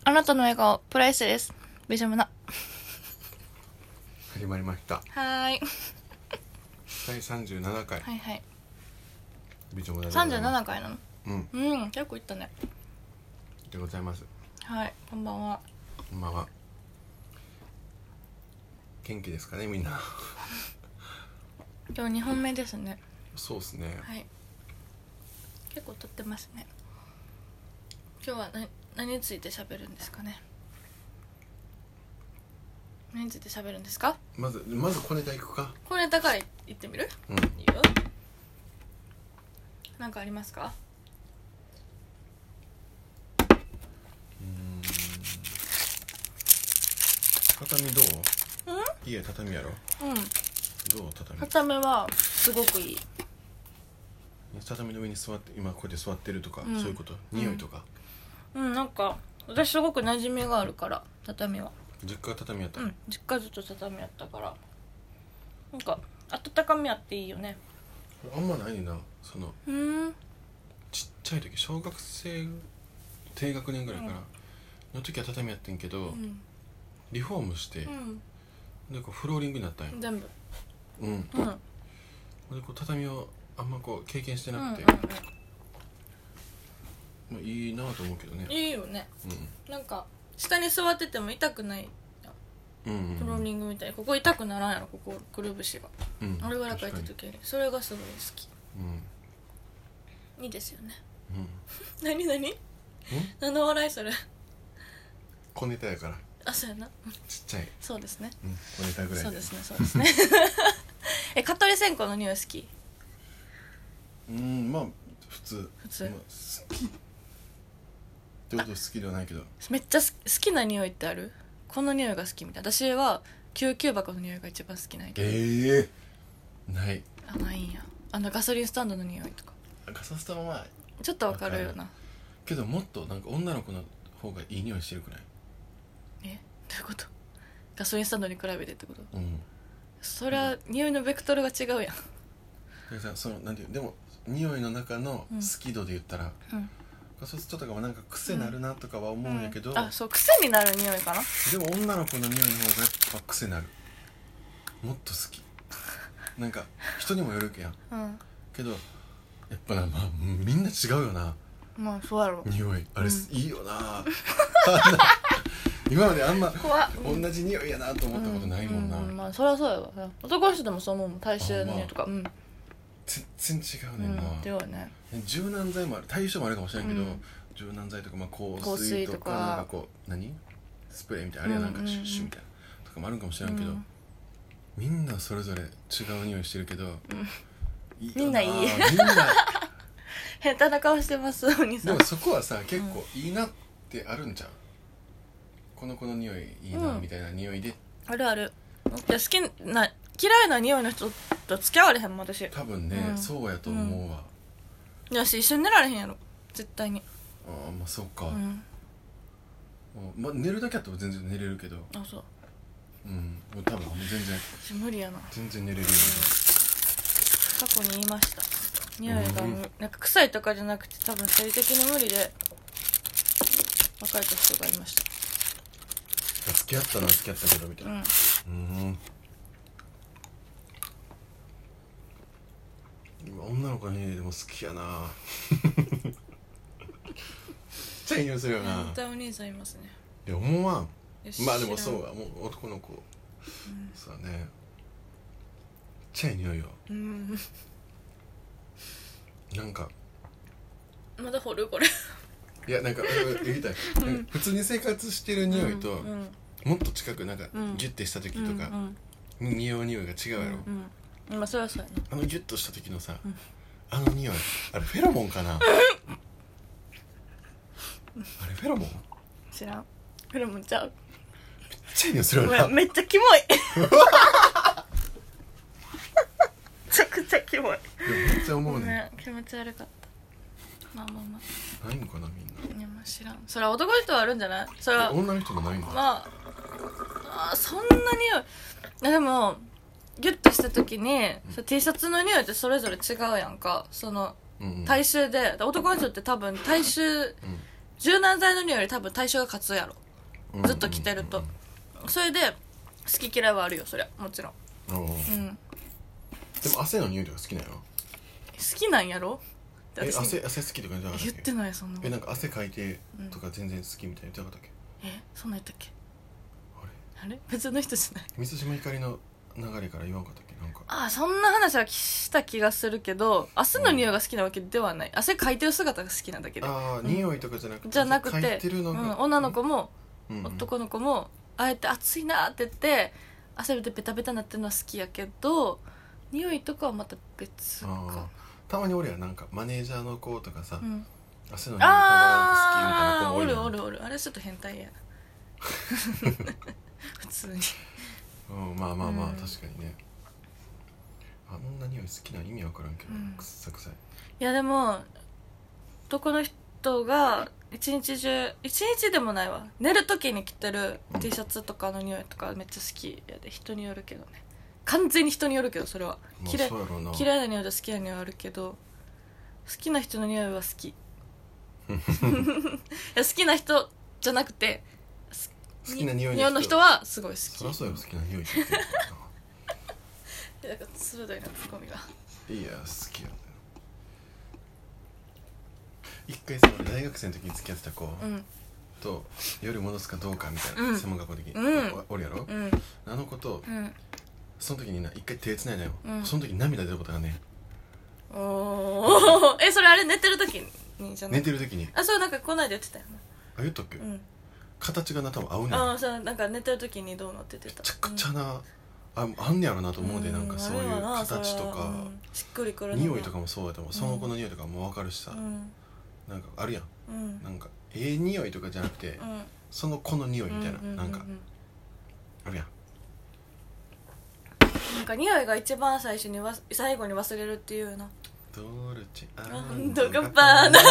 あなたの笑顔プライスです。ビジョムナ始まりました。 はーい第37回はいはいビジョムナでございます。 37回なの。 うん結構いったね。 でございます。 はい、こんばんは。 こんばんは。元気ですかねみんな。 今日2本目ですね。 そうですね。 はい、結構撮ってますね。今日は何について喋るんですかね。何について喋るんですか。 まず小ネタいくか。 これ高い言ってみる。 うん。 いいよ。なんかありますか。 畳どう？家畳やろ。 うん、 どう畳？ 畳はすごくいい。 畳の上に座って今こうやって座ってるとか、 うんそういうこと。匂いとか。 なんか私すごく馴染みがあるから畳は。 実家が畳やった。 実家ずっと畳やったからなんか温かみあっていいよね。 あんまないな。そのうんちっちゃい時小学生低学年ぐらいからの時は畳やってんけど、リフォームして、でこうフローリングになったんよ。 全部でこう畳をあんまこう経験してなくて、まあ、いいなと思うけどね。 いいよね。なんか下に座ってても痛くないフローリングみたいにここ痛くならんやろ。ここくるぶしが、あれぐらい書いた時にそれがすごい好き。いいですよね。何何の笑いそれ。 小ネタやから。 あ、そうやな。 ちっちゃい。 そうですね。 小ネタぐらい。 そうですねそうですね蚊取り線香の匂い好き。 まあ普通、まあ、好きってこと好きではないけど、 めっちゃ好きな匂いってある？この匂いが好きみたいな。私は救急箱の匂いが一番好きなんやけど。 ない。 ないんや。ガソリンスタンドの匂いとか。 ガソスタはまあちょっとわかるよな。 けどもっとなんか女の子の方がいい匂いしてるくない？ どういうこと？ガソリンスタンドに比べてってこと？ うんそれは匂いのベクトルが違うやん。 でさ、そのなんていう、でも匂いの中の好き度で言ったら、ガソスタとかもなんか癖なるなとかは思うんやけど、 あ、そう、癖になる匂いかな。 でも女の子の匂いの方がやっぱ癖なる。もっと好き。なんか人にもよるけやん。けどやっぱな、まあみんな違うよな。 まあそうやろ。 匂いあれ、いいよな。今まであんま同じ匂いやなと思ったことないもんな。 まあそりゃそうやわ。男の人でもそう思うもん。体臭の匂いとか。 全然違うねんな。 ではね。 柔軟剤もある、対象もあるかもしれんけど、柔軟剤とか、まあ香水とか、なんかこうスプレーみたいな、あれやなんかシュッシュみたいなとかもあるかもしれんけど、みんなそれぞれ違う匂いしてるけど、 みんないい。 みんな下手な顔してますお兄さん。 でもそこはさ、結構いいなってあるんちゃう？この子の匂いいいなみたいな匂いで。 あるある。嫌いな匂いの人と付き合われへんもん私。 多分ね、そうやと思うわ。 いやし一緒に寝られへんやろ絶対に。 まあそうか。まあ寝るだけやったら全然寝れるけど。 あ、そう。 多分全然無理やな。 全然寝れるよ。 過去に言いました。匂いがなんか臭いとかじゃなくて多分生理的に無理で別れた人がいました。 付き合ったのは付き合ったけどみたいな。女の子の匂いでも好きやな。めっちゃいい匂いするよな。 絶対お兄さんいますね。 いや思わん。まあでもそうはもう男の子、そうだね。めっちゃいい匂いよ。なんかまだ掘るこれ。 いやなんか言いたい、普通に生活してる匂いと、もっと近くなんかギュッてした時とかに匂う匂いが違うやろ。 まあそれはそうやな。 ギュッとした時のさ、あの匂い、あれフェロモンかな。あれフェロモン？ 知らん。フェロモンちゃう。 めっちゃいい匂いするよな。 めっちゃキモい。めちゃくちゃキモい。 めっちゃ思うね。 気持ち悪かった。まあないのかなみんな。 いやまあ知らん。それは男の人はあるんじゃない？それは女の人もないの？ まあそんな匂い。でもギュッとした時に、T シャツの匂いってそれぞれ違うやんか。その体臭で、男の人って多分体臭柔軟剤の匂いより多分対象が勝つやろ、ずっと着てると、それで好き嫌いはあるよ、そりゃもちろん。 でも汗の匂いとか好きなんやろ。 好きなんやろ。 汗好きとかじゃなかったっけ。 言ってない、そんな。 なんか汗かいてとか全然好きみたいな言ってなかったっけ。 そんなん言ったっけ。あれ別の人じゃない。 水島ひかりの流れから言わんかったっけ。なんかそんな話はした気がするけど、汗の匂いが好きなわけではない、汗かいてる姿が好きなだけで。 匂いとかじゃなくて、 かいてるのが、女の子も、男の子もあえて暑いなって言って汗でベタベタになってるのは好きやけど、匂いとかはまた別か。 たまに俺はなんかマネージャーの子とかさ、汗の匂いが好きみたいな子もおるあれちょっと変態や普通にまあ確かにね。あんな匂い好きな意味わからんけど、くっさくさい。 いやでも男の人が一日でもないわ、寝る時に着てる T シャツとかの匂いとかめっちゃ好きやで。人によるけどね、完全に人によるけど、それは嫌いな匂いと好きな匂いはあるけど、好きな人の匂いは好きいや好きな人じゃなくて好きな匂いの人はすごい好き。 そりゃそうよ、好きな匂いって言ってるなんか鋭いなツッコミが。 いや好きやね。一回その大学生の時に付き合ってた子と夜戻すかどうかみたいな、専門学校的におるやろ、あの子とその時に一回手つないだよ、その時涙出ることがね。 それあれ寝てる時にじゃない。 寝てる時にそうなんかこの間言ってたよな。 言ったっけ。形が多分合うねん。 そうなんか寝てる時にどうなって言ってた。 めちゃくちゃなあんねやろなと思うで、なんかそういう形とかしっくりくる匂いとかもそうやと思う。その子の匂いとかも分かるしさ、なんかあるやん、なんか匂いとかじゃなくて、その子の匂いみたいな、なんかあるやん。 なんか匂いが一番最後に忘れるっていうな。 ドルチアンドガッパーナ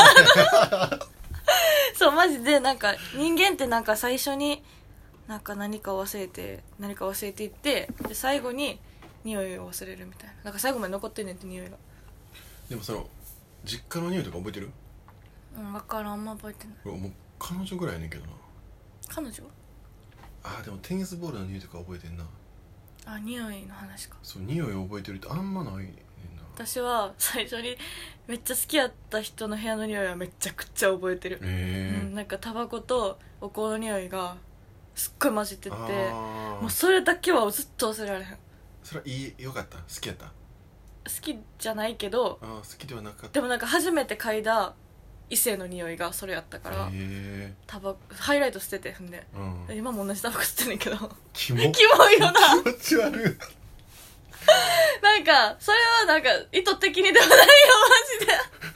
そうマジでなんか人間ってなんか最初になんか何か忘れていって、で最後に匂いを忘れるみたいな。なんか最後まで残ってんねんって匂いが。 でもその実家の匂いとか覚えてる？ 分からん、あんま覚えてない。 もう彼女ぐらいやねんけどな。 彼女？ でもテニスボールの匂いとか覚えてんな。 匂いの話か。 そう、匂いを覚えてるってあんまないねんな。 私は最初にめっちゃ好きやった人の部屋の匂いはめちゃくちゃ覚えてる。なんかタバコとお香の匂いがすっごい混じってて、もうそれだけはずっと忘れられへん。 それはよかった？好きやった？好きじゃないけど、 好きではなかった。 でもなんか初めて嗅いだ異性の匂いがそれやったから、ハイライト捨てて踏んで、今も同じタバコ吸ってんねんけどキモいよな。 気持ち悪いなんかそれはなんか意図的にではないよ、マジで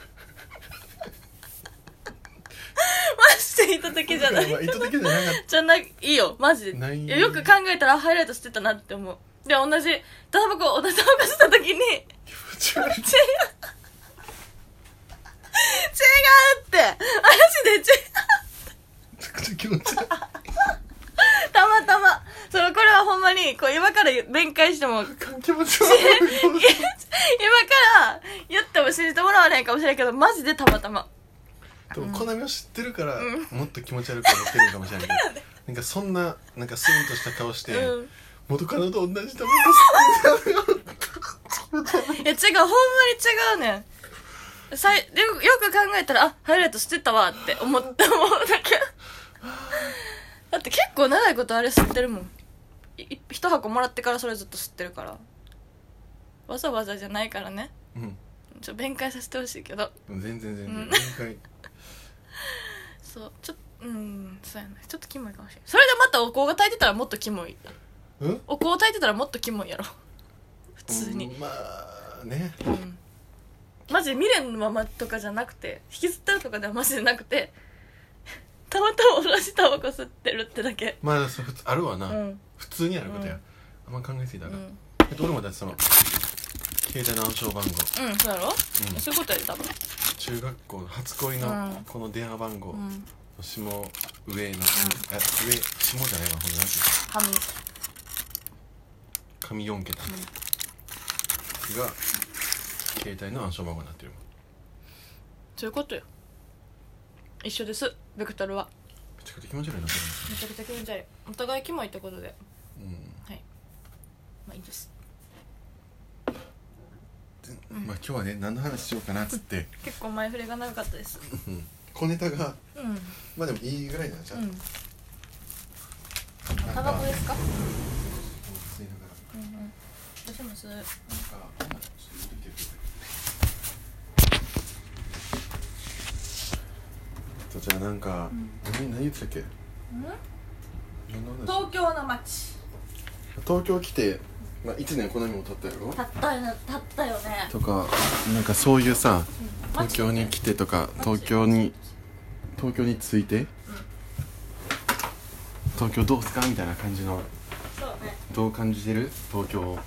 マジで意図的じゃない。 意図的じゃなかったじゃない、いいよマジで。よく考えたらハイライトしてたなって思う。で同じタバコ吸った時に気持ち悪い違うってマジで違う。 めちゃくちゃ気持ち悪いたまたまこれはほんまに今から弁解しても気持ち悪い今から言っても信じてもらわないかもしれないけど、マジでたまたま。 でもコナミを知ってるから、もっと気持ち悪く思ってるのかもしれないけどなんかそんななんかスンとした顔して、元カノと同じタバコ吸ってるいや違う、ほんまに違うねん。よく考えたらハイライト吸ってたわって思うだけだって結構長いことあれ吸ってるもん。一箱もらってからそれずっと吸ってるから、わざわざじゃないからね。弁解させてほしいけど。 全然弁解そうそうやな、ちょっとキモいかもしれない。それでまたお香が炊いてたらもっとキモい。お香炊いてたらもっとキモいやろ普通に。 まあね、 マジで未練のままとかじゃなくて、引きずってるとかではマジでなくて、たまたま同じタバコ吸ってるってだけ。 まあ普通あるわな、普通にあることや、あんま考えすぎたら、俺もだってその携帯の暗証番号、 そうやろ、そういうことやで多分。 中学校の初恋のこの電話番号、下上の、下じゃないわ、ほんの紙4桁が携帯の暗証番号になってるもん。 そういうことよ。 一緒です。ベクトルはめちゃくちゃ気持ち悪いな。 めちゃくちゃ気持ち悪い。お互いキモいってことで、 うん、 はい、まあいいです。 まあ今日はね、何の話しようかなっつって結構前振りが長かったです。 小ネタが、 うん、 まあでもいいぐらいなんじゃん。 タバコですか？ 吸いながら、 どうします？ なんかちょっと入れてる。じゃあなんか、何言ってたっけ？ 東京の街。 東京来て、まあ、1年こんなにも経ったやろ？経ったよね。 とか、なんかそういうさ、東京に来てとか、東京に着いて、東京どうすかみたいな感じの。 そうね。 どう感じてる？東京。 もう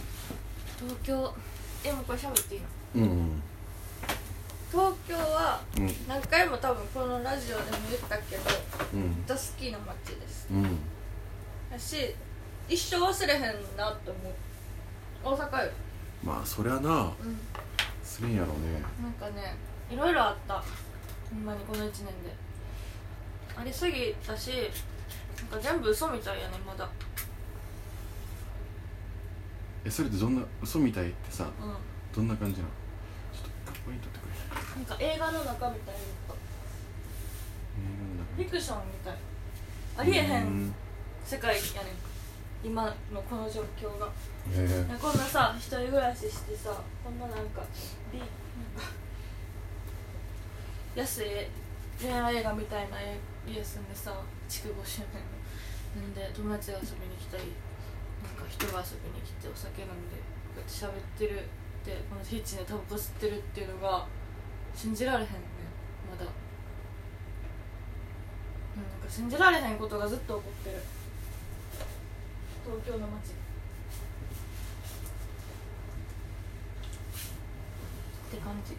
これ喋っていいの？東京は何回も多分このラジオでも言ったけど、めっちゃ好きな街です。だし、一生忘れへんなって思う。大阪より。 まあそりゃな、するんやろうね。 なんかね、いろいろあった。ほんまにこの1年でありすぎたし、なんか全部嘘みたいやねまだ。 それってどんな嘘みたいってさ、どんな感じなの？ちょっとカップに取ってくれ。 なんか映画の中みたいな、フィクションみたい、ありえへん世界やねん今のこの状況が。こんなさ、一人暮らししてさ、こんななんか安い恋愛映画みたいな家住んでさ、築50年なんで友達が遊びに来たり、なんか人が遊びに来てお酒飲んでこうやって喋ってるってこのヒッチでタバコ吸ってるっていうのが信じられへんねまだ。なんか信じられへんことがずっと起こってる東京の街って感じ。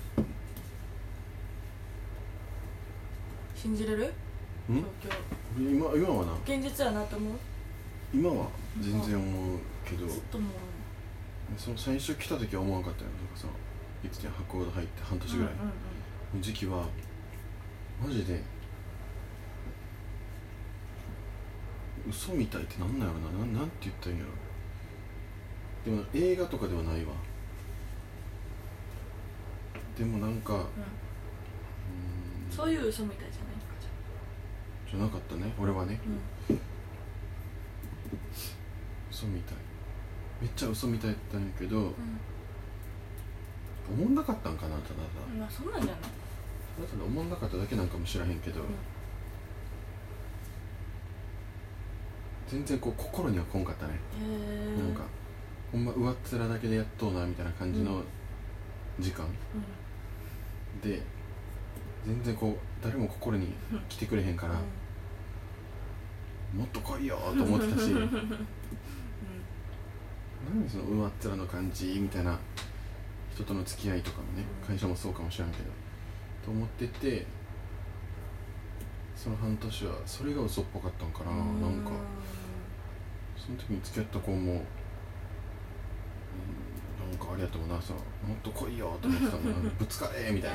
信じれる？東京今はな、 現実やなと思う。 今は全然思うけど、 ずっと思う。 その最初来た時は思わなかったよ。なんかさ、いくつに箱が入って半年ぐらいの時期はマジで嘘みたいってなんなんやろな、なんて言ったらいいんやろ。でも映画とかではないわ。でもなんか、 そういう嘘みたいじゃないかじゃなかったね、俺はね。嘘みたい、めっちゃ嘘みたいだったんやけど、思んなかったんかな、ただまあそんなんじゃない。 ただ思んなかっただけなんかもしらへんけど、全然こう心には来んかったね。なんかほんま上っ面だけでやっとうなみたいな感じの時間、で全然こう誰も心に来てくれへんから、もっと来いよと思ってたし、何その上っ面の感じみたいな、人との付き合いとかもね、会社もそうかもしれんけどと思ってて、その半年はそれが嘘っぽかったんかな。なんかその時に付き合った子も、なんかありがとうな、さ、もっと来いよと思ってたのにぶつかれみたいな。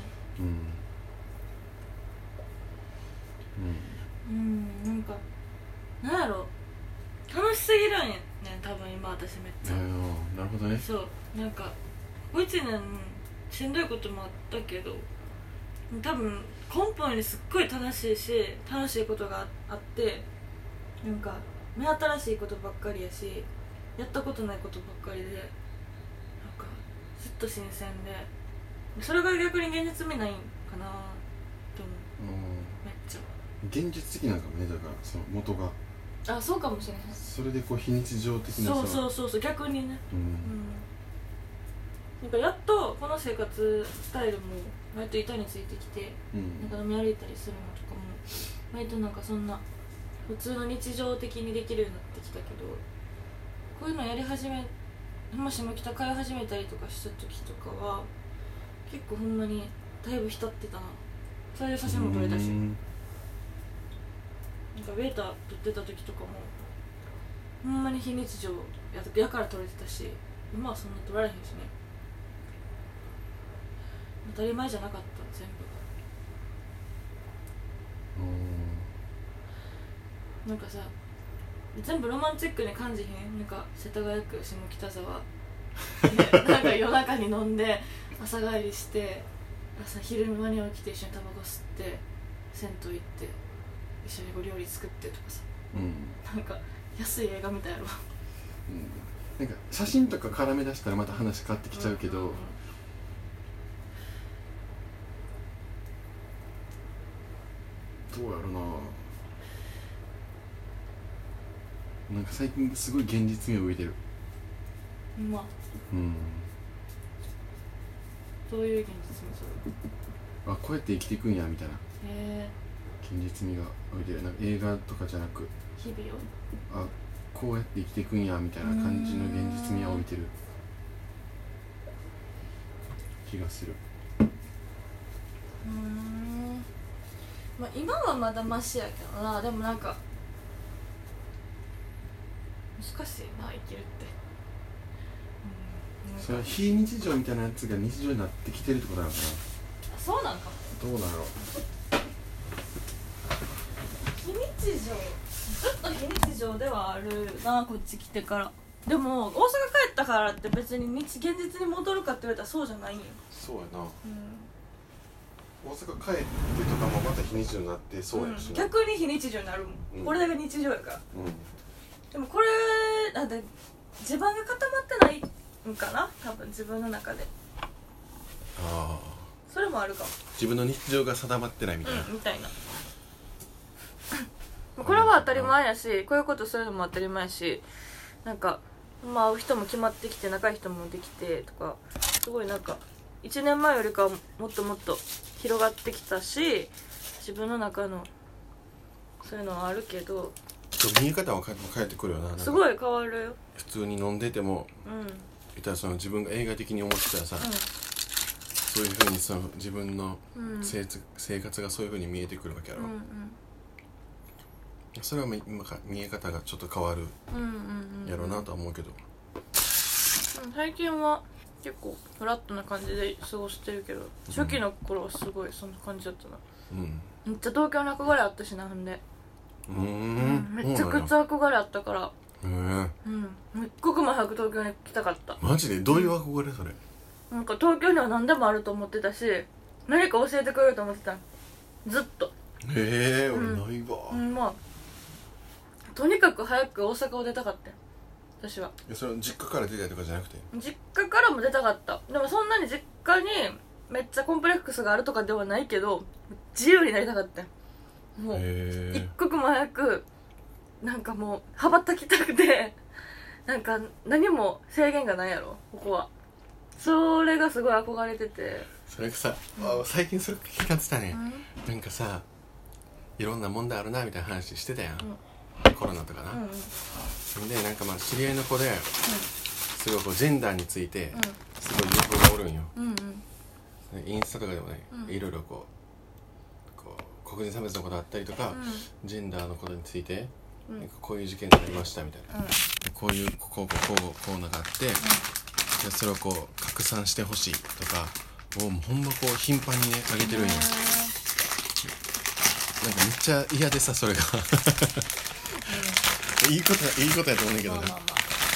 なんかなんやろ、楽しすぎるんやね多分今私めっちゃ。 なるほどね。 そうなんかこ1年しんどいこともあったけど、多分根本にすっごい楽しいし楽しいことがあって、なんか目新しいことばっかりやし、やったことないことばっかりで、なんかずっと新鮮で、それが逆に現実味ないんかなって思う。めっちゃ現実的なんかもね、だからその元が。 そうかもしれない。 それでこう非日常的なさ。 そう逆にね。なんかやっとこの生活スタイルも割と板についてきて、なんか飲み歩いたりするのとかも割となんかそんな普通の日常的にできるようになってきたけど、こういうのやり始め、もしも北通い始めたりとかした時とかは結構ほんまにだいぶ浸ってたな。それで写真も撮れたし、なんかベータ撮ってた時とかもほんまに非日常やから撮れてたし、今はそんな撮られへんしね。当たり前じゃなかった全部が。 なんかさ全部ロマンチックに感じへん。なんか世田谷区下北沢でなんか夜中に飲んで朝帰りして朝昼間に起きて一緒にタバコ吸って銭湯行って一緒にお料理作ってとかさ、なんか安い映画みたいやろ、 なんか写真とか絡め出したらまた話変わってきちゃうけど、どうやろな。なんか最近すごい現実味を帯びてる。 まあどういう現実味それ。 こうやって生きていくんやみたいな現実味が帯びてる。なんか映画とかじゃなく日々をこうやって生きていくんやみたいな感じの現実味を帯びてる気がする。 まあ今はまだマシやけどな。でもなんか難しいな生きるって。 それは非日常みたいなやつが日常になってきてるってことなのかな。 そうなんかも。 どうなんやろ。 非日常ずっと非日常ではあるなこっち来てから。でも大阪帰ったからって別に現実に戻るかって言われたらそうじゃないんよ。 そうやな、大阪帰ってとかもまた非日常になってそうやし、 逆に非日常になるもん、これだけ日常やから、でもこれだって地盤が固まってないんかな多分自分の中で。それもあるかも。 自分の日常が定まってないみたいな、 みたいなこれは当たり前やし、こういうことするのも当たり前やし、なんか会う人も決まってきて仲いい人もできてとか、すごいなんか1年前よりかはもっともっと広がってきたし、自分の中のそういうのはあるけど、 見え方は変えてくるよな。 すごい変わるよ。 普通に飲んでても、言ったらその自分が映画的に思ってたらさ、そういう風にその自分の生活がそういう風に見えてくるわけやろ、それは今見え方がちょっと変わるやろうなとは思うけど、 最近は結構フラットな感じで過ごしてるけど、初期の頃はすごいそんな感じだったな。めっちゃ東京に憧れあったしな。ほんでめちゃくちゃ憧れあったから、一刻も早く東京に来たかった。 マジで？どういう憧れそれ？ なんか東京には何でもあると思ってたし、何か教えてくれると思ってた。ずっと。 俺ないわ。 まあとにかく早く大阪を出たかったよ私は。 それ実家から出たりとかじゃなくて？ 実家からも出たかった。でもそんなに実家にめっちゃコンプレックスがあるとかではないけど、自由になりたかったよ。もう一刻も早くなんかもう羽ばたきたくて、なんか何も制限がないやろここは。それがすごい憧れてて。 それがさ、最近それ聞かってたね、なんかさいろんな問題あるなみたいな話してたやん、コロナとかな、でなんかまあ知り合いの子で、すごいこうジェンダーについてすごい情報がおるんよ、インスタとかでもね、いろいろこう黒人差別のことあったりとか、ジェンダーのことについて、なんかこういう事件がありましたみたいな、こういうこうなんかあって、でそれをこう拡散してほしいとかをもうほんまこう頻繁にね上げてるんよ。なんかめっちゃ嫌でさ、それがいいことやと思うんだけどな、なんか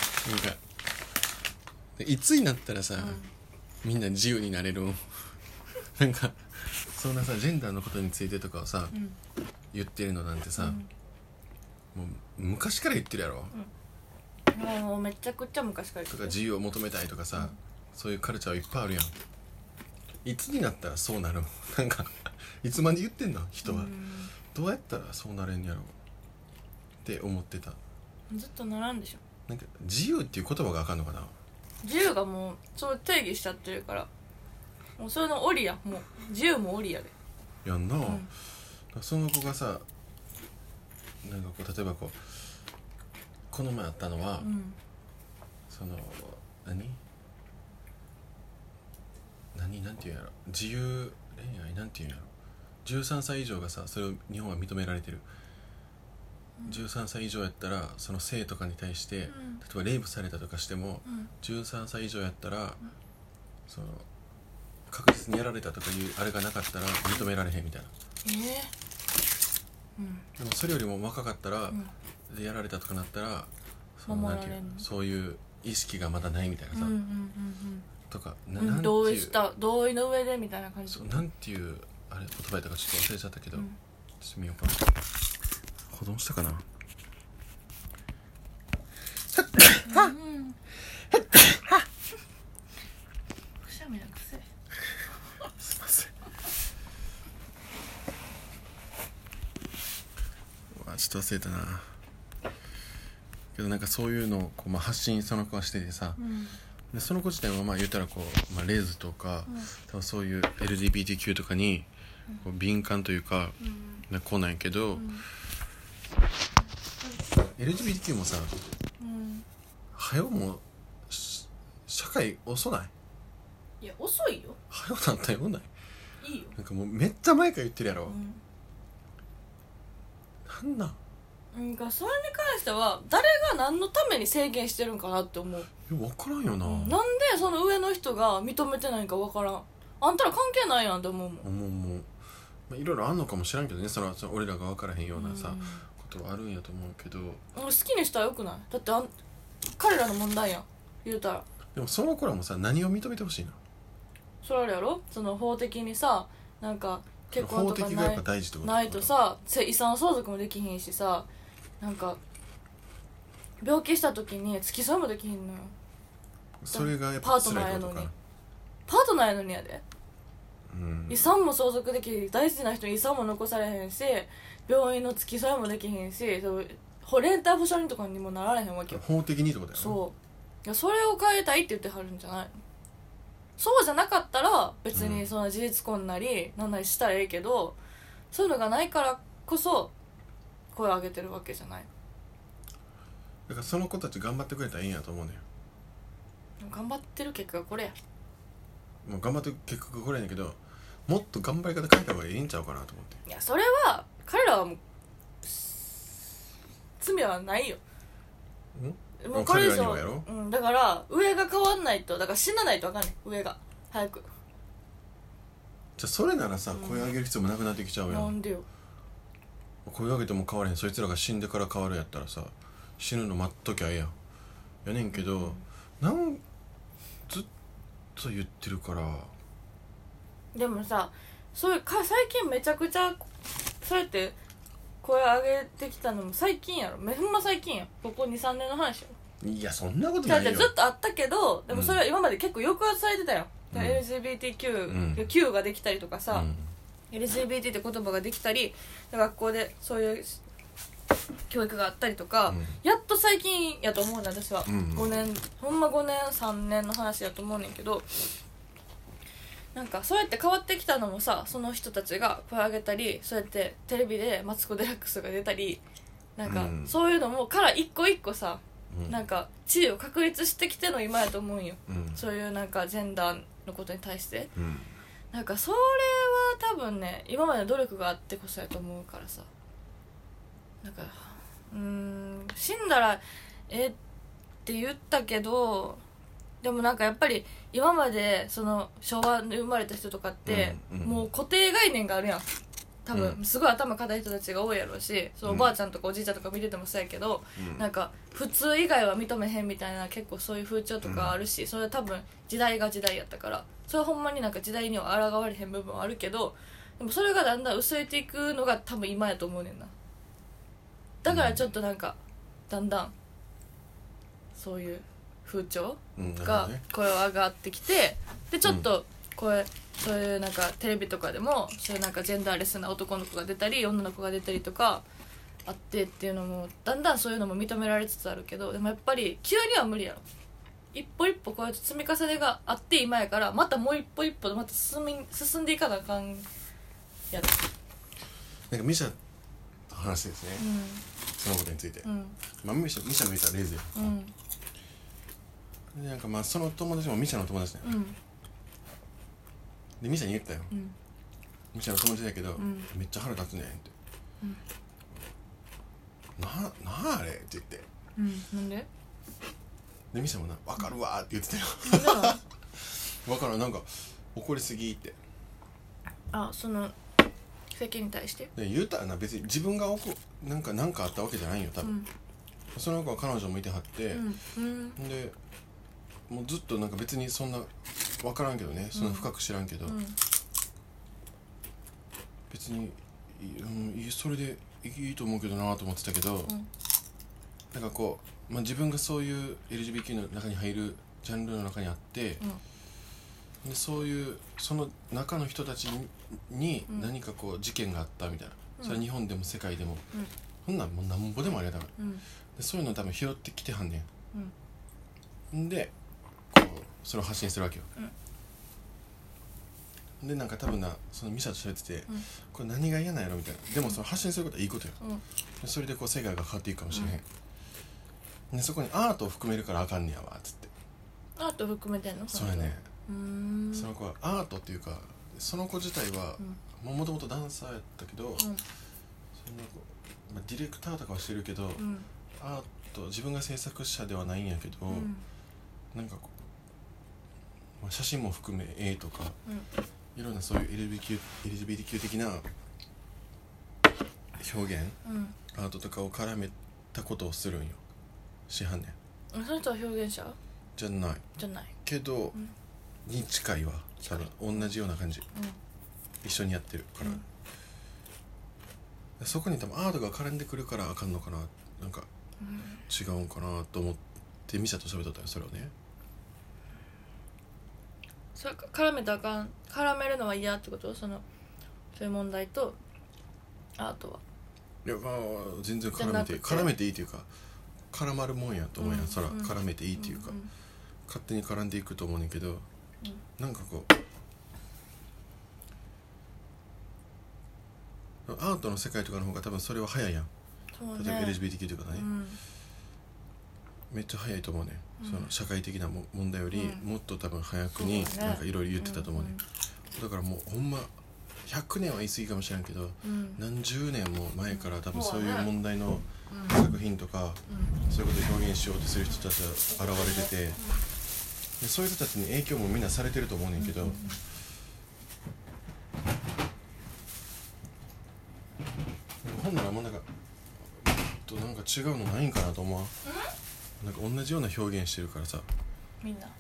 いつになったらさ、みんな自由になれるなんかそんなさジェンダーのことについてとかをさ、言ってるのなんてさ、もう昔から言ってるやろ、 もうめちゃくちゃ昔から言ってるとか自由を求めたいとかさ、そういうカルチャーいっぱいあるやん。いつになったらそうなるなんかいつまで言ってんの人は、どうやったらそうなれんやろって思ってた。 ずっとならんでしょ。 なんか自由っていう言葉があかんのかな。 自由がもうそう定義しちゃってるから、もうそれの檻や。もう自由も檻やでやんな、その子がさ、なんかこう例えばこうこの前あったのは、そのなんていうんやろ、自由恋愛なんていうんやろ、13歳以上がさ、それを日本は認められてる、13歳以上やったらその性とかに対して、例えばレイプされたとかしても、13歳以上やったら、その確実にやられたとかいうあれがなかったら認められへんみたいな。 でもそれよりも若かったら、でやられたとかなったらそういう意識がまだないみたいなさ、とか同意の上でみたいな感じ。 なんていうあれ言葉やったかちょっと忘れちゃったけど、ちょっと見ようかな。保存したかな。くしゃみなくせ。 すいません。ちょっと忘れたな。けどなんかそういうのをこう、発信その子はしててさ、でその子自体は言ったらこう、レイズとか、多分そういう LGBTQ とかにこう敏感というか、子なんやけど、LGBTQ もさ、早もう社会遅ない？ いや遅いよ。 早なったよない？ いいよ。 なんかもうめっちゃ前から言ってるやろ。なんなん？ それに関しては誰が何のために制限してるんかなって思う。 分からんよな、 なんでその上の人が認めてないんか分からん。あんたら関係ないやんって思うもん。 いろいろあんのかもしらんけどね、その俺らが分からへんようなさ、ことはあるんやと思うけど、 好きにしたらよくない？だって彼らの問題やん言うたら。 でもその子らもさ、何を認めてほしいな。 それあるやろ、その法的にさ、なんか結婚とかないとさ、遺産相続もできひんしさ、なんか病気した時に付き添いもできひんのよ。 それがやっぱ辛いことかな。 パートナーやのにやで、遺産も相続でき、大事な人に遺産も残されへんし、病院の付き添いもできへんし、レンタル保証人とかにもなられへんわけよ。 法的にってことやろ。 そう、それを変えたいって言ってはるんじゃない？そうじゃなかったら別にその事実婚なりなんなりしたらええけど、そういうのがないからこそ声を上げてるわけじゃない。 だからその子たち頑張ってくれたらいいんやと思うねん。 頑張ってる結果がこれや。 もう頑張ってる結果がこれやねんけど、もっと頑張り方変えた方がいいんちゃうかなと思って。 いや、それは彼らはもう罪はないよ。もうこれ以上、だから上が変わんないと、だから死なないとあかんねん、上が早く。 じゃあそれならさ、声上げる必要もなくなってきちゃうやん。 なんでよ。 声上げても変われへん、そいつらが死んでから変わるやったらさ、死ぬの待っときゃええやん。やねんけど、ずっと言ってるから。 でもさ、最近めちゃくちゃそうやって声上げてきたのも最近やろ。ほんま最近や、ここ 2,3 年の話やろ。 いや、そんなことないよ。 ずっとあったけど、でもそれは今まで結構抑圧されてたよ、LGBTQ、Q ができたりとかさ、LGBT って言葉ができたり、学校でそういう教育があったりとか、やっと最近やと思うね、私は。5年、ほんま5年3年の話やと思うねんけど、なんかそうやって変わってきたのもさ、その人たちが声上げたり、そうやってテレビでマツコ・デラックスが出たり、なんかそういうのもから一個一個さ、なんか地位を確立してきての今やと思うんよ、そういうなんかジェンダーのことに対して、なんかそれは多分ね、今までの努力があってこそやと思うからさ、なんか死んだらって言ったけど、でもなんかやっぱり今までその昭和に生まれた人とかって、もう固定概念があるやん多分、すごい頭固い人たちが多いやろうし、そのおばあちゃんとかおじいちゃんとか見ててもそうやけど、なんか普通以外は認めへんみたいな、結構そういう風潮とかあるし、それは多分時代が時代やったから、それはほんまになんか時代には抗われへん部分はあるけど、でもそれがだんだん薄れていくのが多分今やと思うねんな。だからちょっとなんかだんだんそういう風潮が声を上がってきて、でちょっとそういうなんかテレビとかでもそういうなんかジェンダーレスな男の子が出たり女の子が出たりとかあってっていうのも、だんだんそういうのも認められつつあるけど、でもやっぱり急には無理やろ。一歩一歩こうやって積み重ねがあって今やから、またもう一歩一歩でまた進んでいかなあかんやつ。 なんかミシャと話してですね、そのことについて、ミシャも言ったらレイズよ、でなんかその友達もミシャの友達だよ、でミシャに言ったよ、ミシャの友達だけど、めっちゃ腹立つねんって、なあれって言って、 なんでミシャもな、分かるわって言ってたよ。分かる、なんか怒りすぎって。 その席に対して言うたらな、別に自分がなんかあったわけじゃないよ多分、その子は彼女もいてはって、でもうずっとなんか別にそんな分からんけどね、そんな深く知らんけど、別に、それでいいと思うけどなと思ってたけど、なんかこう、自分がそういう LGBT の中に入るジャンルの中にあって、でそういうその中の人たちに何かこう事件があったみたいな、それは日本でも世界でも、そんなんもうなんぼでもあれだから、でそういうのを多分拾ってきてはんねん、でこうそれを発信するわけよ、でなんか多分な、そのミシャと喋ってて、これ何が嫌なんやろみたいな、でもその発信することはいいことよ、でそれでこう世界が変わっていくかもしれへん、でそこにアートを含めるからあかんねやわっつって。 アート含めてんの？ それね、その子はアートっていうか、その子自体はもともとダンサーやったけど、その子、ディレクターとかはしてるけど、アート自分が制作者ではないんやけど、なんかこう、写真も含め絵とか、いろんなそういう LGBTQ 的な表現、アートとかを絡めたことをするんよ、しはんねん。 その人は表現者じゃないけど、に近いわ、多分同じような感じ、一緒にやってるから、そこに多分アートが絡んでくるからあかんのかな、なんか違うんかなと思ってミシャと喋っとったよ、それをね。 それ絡めたらあかん、絡めるのは嫌ってこと？そういう問題とアートは。 いや全然絡めていいというか、絡まるもんやと思うやん、そら絡めていいっていうか、勝手に絡んでいくと思うねんけど、なんかこうアートの世界とかの方が多分それは早いやん、例えば LGBTQ とかね、めっちゃ早いと思うね、その社会的な問題よりもっと多分早くになんかいろいろ言ってたと思うね、だからもうほんま100年は言い過ぎかもしれんけど、何十年も前から多分そういう問題の作品とか、そういうことを表現しようとする人たちが現れてて、でそういう人たちに影響もみんなされてると思うねんけど、ほんならもうなんか違うのないんかなと思わん？なんか同じような表現してるからさ、 みんな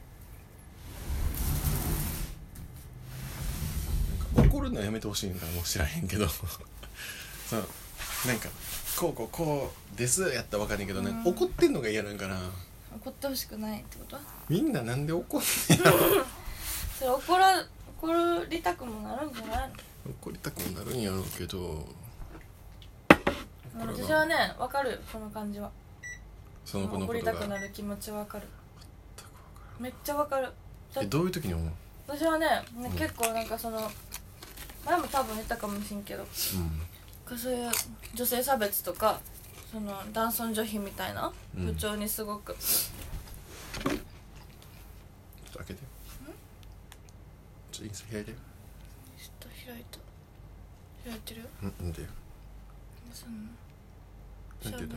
怒るのはやめてほしいんかもしらへんけどそうなんかこうですやったら分かんないけど、なんか怒ってんのが嫌なんかな。 怒ってほしくないってこと？ みんななんで怒んねやろそれ怒りたくもなるんじゃないの？ 怒りたくもなるんやろうけど、 私はね分かるよ、その感じは。 その子のことが怒りたくなる気持ちは分かる。めっちゃ分かる。 どういう時に思う？ 私はね、結構なんかその前も多分言ったかもしんけど、そういう女性差別とかその男尊女卑みたいな風潮にすごく、 ちょっと開けて、ちょっとインスタ開いて、ちょっと開いてるよ。 なんでよ、なんて言うた？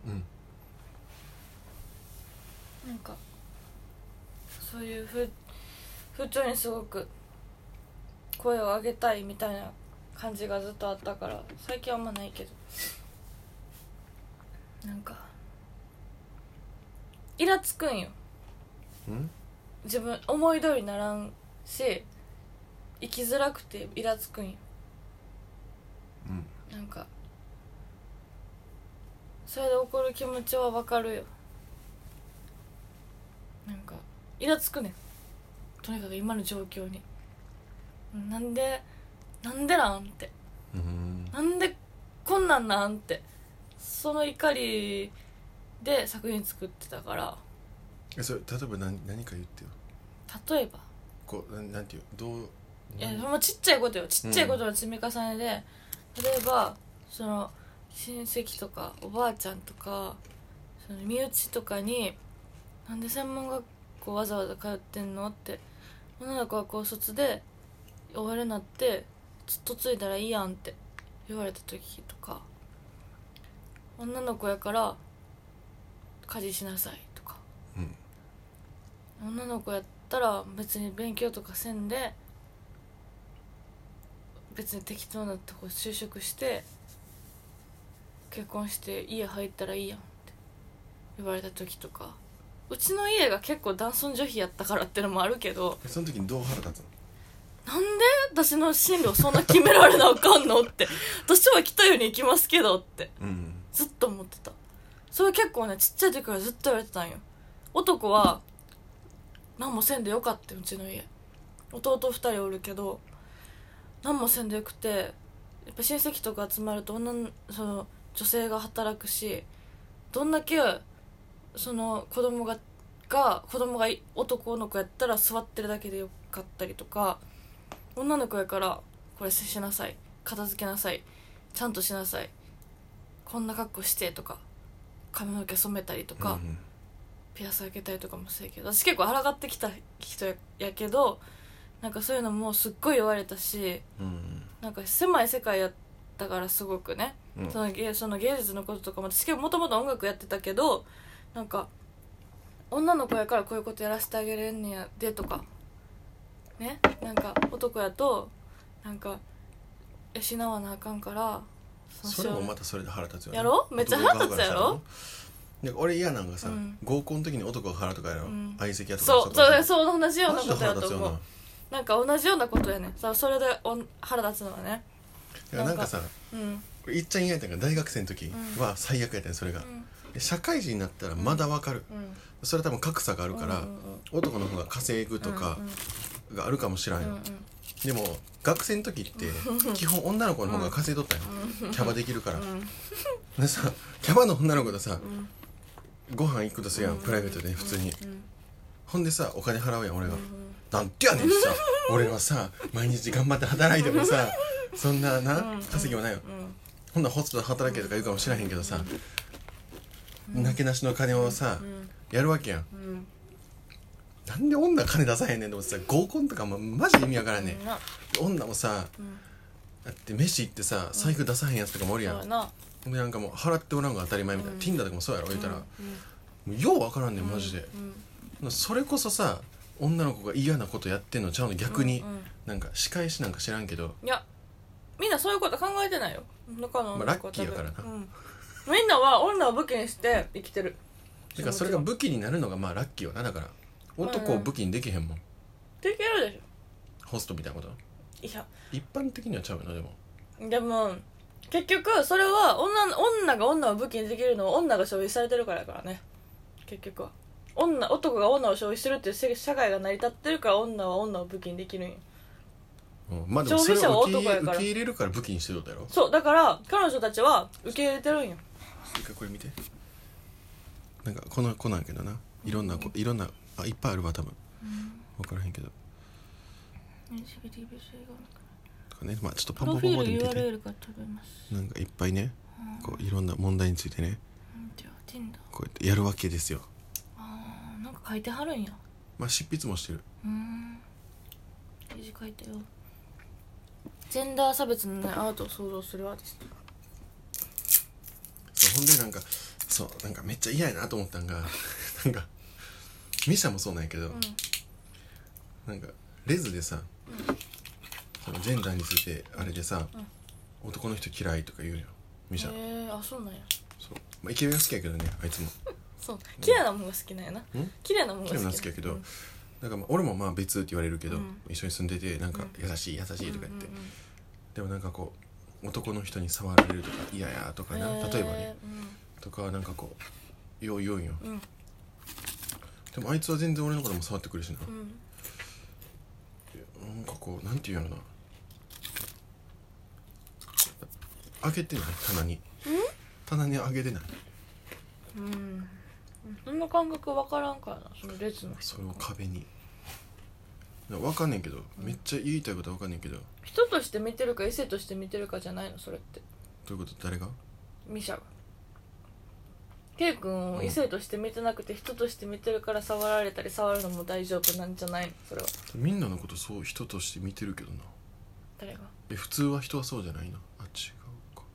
なんかそういう風潮にすごく声を上げたいみたいな感じがずっとあったから、最近はあんまないけど、なんかイラつくんよ。自分思い通りにならんし、生きづらくてイラつくんよ。なんかそれで怒る気持ちは分かるよ。なんかイラつくねん、とにかく今の状況に。なんでなんて、なんでこんなんなんて、その怒りで作品作ってたから。 それ例えば何か言ってよ。 例えばこうなんていう、どう、 いやもうちっちゃいことよ、ちっちゃいことの積み重ねで、例えばその親戚とかおばあちゃんとかその身内とかに、なんで専門学校わざわざ通ってんのって、女の子は高卒で終わるなってずっとついたらいいやんって言われた時とか、女の子やから家事しなさいとか、女の子やったら別に勉強とかせんで別に適当なとこ就職して結婚して家入ったらいいやんって言われた時とか、うちの家が結構男尊女卑やったからってのもあるけど、 その時にどう腹立つの？ なんで私の進路をそんな決められなあかんのって私は来たように行きますけどって、ずっと思ってた。それ結構ねちっちゃい時からずっと言われてたんよ。男は何もせんでよかったよ、うちの家。弟2人おるけど何もせんでよくて、やっぱ親戚とか集まるとその女性が働くし、どんだけその子供が男の子やったら座ってるだけでよかったりとか、女の子やからこれしなさい、片付けなさい、ちゃんとしなさい、こんな格好してとか、髪の毛染めたりとか、ピアス開けたりとかもそうやけど、私結構抗ってきた人やけど、なんかそういうのもすっごい言われたし、なんか狭い世界やったからすごくね、その芸術のこととかも私もともと音楽やってたけど、なんか女の子やからこういうことやらせてあげれんねやでとかね、なんか男やとなんか養わなあかんから、 それもまたそれで腹立つよね。 やろ、めっちゃ腹立つやろ。 俺嫌なんかさ、合コンの時に男が腹とかやろ、相席屋とかそう同じようなことやと思う。なんか同じようなことやね。それで腹立つのはね。 なんかさ、いっちゃん嫌やったんが大学生の時は最悪やったんそれが、社会人になったらまだわかる、それは多分格差があるから、男の方が稼ぐとかがあるかもしらんよ、でも学生の時って基本女の子の方が稼いとったんよ、キャバできるから、でさキャバの女の子とさ、ご飯行くとするやん、プライベートで普通に、ほんでさお金払うやん俺が、なんてやねんさ俺はさ毎日頑張って働いてもさそんな稼ぎはないよ、ほんならホストで働けとか言うかもしらへんけどさ、なけなしの金をさ、やるわけやん、なんで女金出さへんねんと思ってさ、合コンとかもマジで意味わからんねん、女もさ、だって飯行ってさ財布出さへんやつとかもおるやん、でなんかもう払っておらんが当たり前みたいな、Tinder とかもそうやろ言うたら、もうようわからんねんマジで、それこそさ女の子が嫌なことやってんのちゃうの逆に、なんか仕返しなんか知らんけど、 いやみんなそういうこと考えてないよ、他の女の子はラッキーやからな、 みんなは女を武器にして生きてる。 だからそれが武器になるのがまあラッキーよな。だから男を武器にできへんもん、 できるでしホストみたいなこと。 いや一般的にはちゃうよな。 でも結局それは女が女を武器にできるのは女が消費されてるからやからね。結局は男が女を消費するっていう社会が成り立ってるから女は女を武器にできるんよ。 まあでもそれを受け入れるから武器にしてるんだろ。 そうだから彼女たちは受け入れてるんよ。 一回これ見て、なんかこの子なんやけどな、いろんないっぱいあるわ多分、分からへんけどとかね、まあちょっとパンパンパンパンで見てて、なんかいっぱいね、こういろんな問題についてね、こうやってやるわけですよ。 なんか書いてはるんや。 まあ執筆もしてる。 記事書いてよ。ジェンダー差別のないアートを創造するアーティスト。 そうほんでなんかめっちゃ嫌やなと思ったんがなんかミシャもそうなんやけど、なんかレズでさ、そのジェンダーについてあれでさ、男の人嫌いとか言うよミシャ。 あ、そうなんや。 そう、まあ、イケメン好きやけどねあいつもそう綺麗なもんが好きなんやな。綺麗なもんが好きやけど、なんかまあ俺もまあ別って言われるけど、一緒に住んでてなんか優しいとか言って、でもなんかこう男の人に触られるとか嫌やとかな、例えばね、とかなんかこうよう言うんよ、でもあいつは全然俺のことも触ってくるしな、なんかこうなんて言うのな、あげてない棚にあげてない。 そんな感覚分からんからな、その列の人。 その壁に分かんねんけど、めっちゃ言いたいことは分かんねんけど、 人として見てるか異性として見てるかじゃないのそれって。 どういうこと？誰が？ ミシャがケイ君を異性として見てなくて人として見てるから触られたり触るのも大丈夫なんじゃないのそれは。 みんなのことそう人として見てるけどな。 誰が？ 普通は人はそうじゃないな。あ、違うか。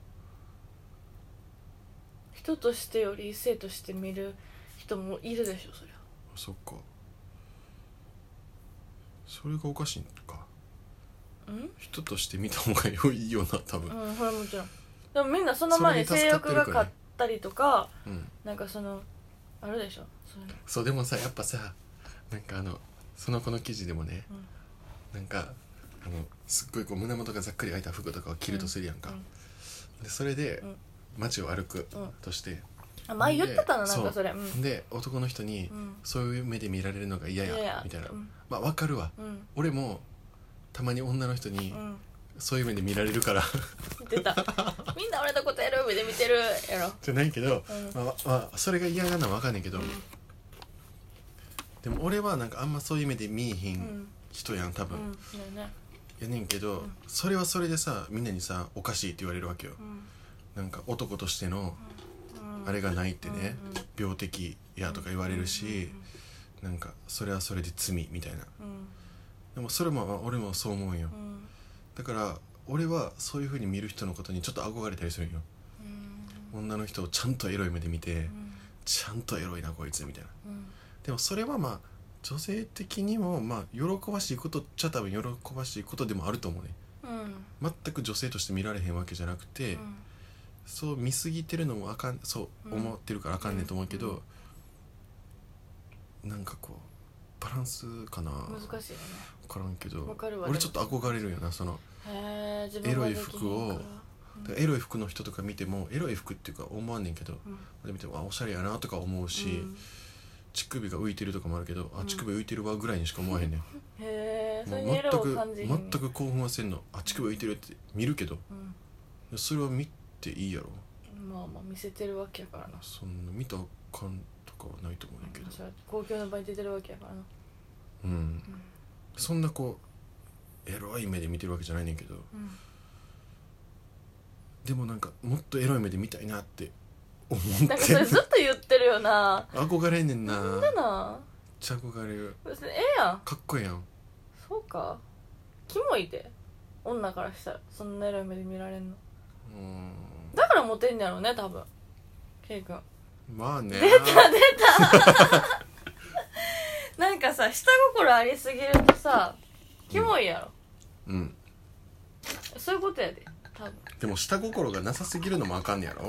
人としてより異性として見る人もいるでしょそりゃ。 そっか、それがおかしいのか。 人として見た方が良いよな多分。 これもちろん。でもみんなその前に性欲が勝ったりとか、なんかそのあるでしょ。 そうでもさやっぱさなんかその子の記事でもね、なんかすっごいこう胸元がざっくり開いた服とかを着るとするやんか、でそれで街を歩くとして、 前言ってたのなんかそれ、 で男の人にそういう目で見られるのが嫌やみたいな、まあ分かるわ、俺もたまに女の人にそういう目で見られるから言ってたみんな俺のことやる目で見てるやろじゃないけど、まあそれが嫌がるのは分かんないけど、でも俺はなんかあんまそういう目で見えひん人やん多分、やねんけど、それはそれでさみんなにさおかしいって言われるわけよ、なんか男としてのあれがないってね、病的やとか言われるし、なんかそれはそれで罪みたいな、でもそれも俺もそう思うんよ、だから俺はそういう風に見る人のことにちょっと憧れたりするんよ、女の人をちゃんとエロい目で見て、ちゃんとエロいなこいつみたいな、でもそれはまあ女性的にもまあ喜ばしいことっちゃ多分喜ばしいことでもあると思うね、全く女性として見られへんわけじゃなくて、そう見すぎてるのもあかん、そう思ってるからあかんねんと思うけど、なんかこうバランスかな、 難しいよね、 分からんけど、 分かるわ、 俺ちょっと憧れるよなそのエロい服を、エロい服の人とか見てもエロい服っていうか思わんねんけど、で見てもおしゃれやなとか思うし、乳首が浮いてるとかもあるけど、乳首浮いてるわぐらいにしか思わへんねん。 へえ、 もう全く興奮はせんの。乳首浮いてるって見るけど、それは見ていいやろ。 まあ見せてるわけやからな。 そんな見たらあかんとかはないと思うんだけど、 公共の場に出てるわけやからな。 そんなこうエロい目で見てるわけじゃないねんけど、でもなんかもっとエロい目で見たいなって思ってなんかそれずっと言ってるよな。 憧れんねんな。 なんでな。めっちゃ憧れる。 別にやん、 かっこええやん。 そうか、キモいで女からしたらそんなエロい目で見られんの。だからモテんねやろうね多分、ケイ君。 まあね、 出たなんかさ、下心ありすぎるとさキモいやろ。そういうことやで多分。 でも下心がなさすぎるのもあかんねやろ。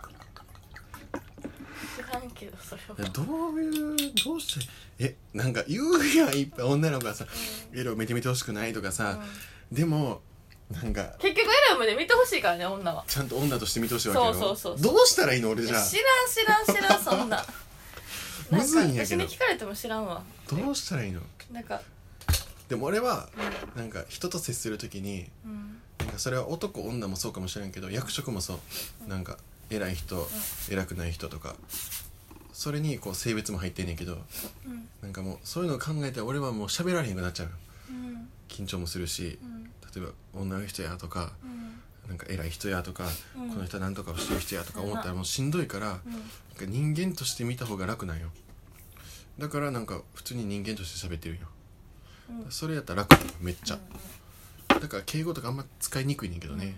知らんけどそれは。 どうしてなんか言うやん、いっぱい女の子がさ、エロ見てみてほしくないとかさ、でもなんか結局エロい目で見てほしいからね、女は。 ちゃんと女として見てほしいわけやろ。 そうどうしたらいいの俺じゃあ。 知らんそんなむずいんやけど。 私に聞かれても知らんわ。 どうしたらいいの。 なんかでも俺はなんか人と接するときに、なんかそれは男女もそうかもしれんけど、役職もそう、なんか偉い人、偉くない人とか、それにこう性別も入ってんねんけど、なんかもうそういうのを考えて俺はもう喋られへんくなっちゃう、緊張もするし、例えば女の人やとか、なんか偉い人やとか、この人は何とかをしてる人やとか思ったらもうしんどいから、なんか人間として見た方が楽なんよ。だからなんか普通に人間として喋ってるよ、それやったら楽めっちゃ、だから敬語とかあんま使いにくいねんけどね、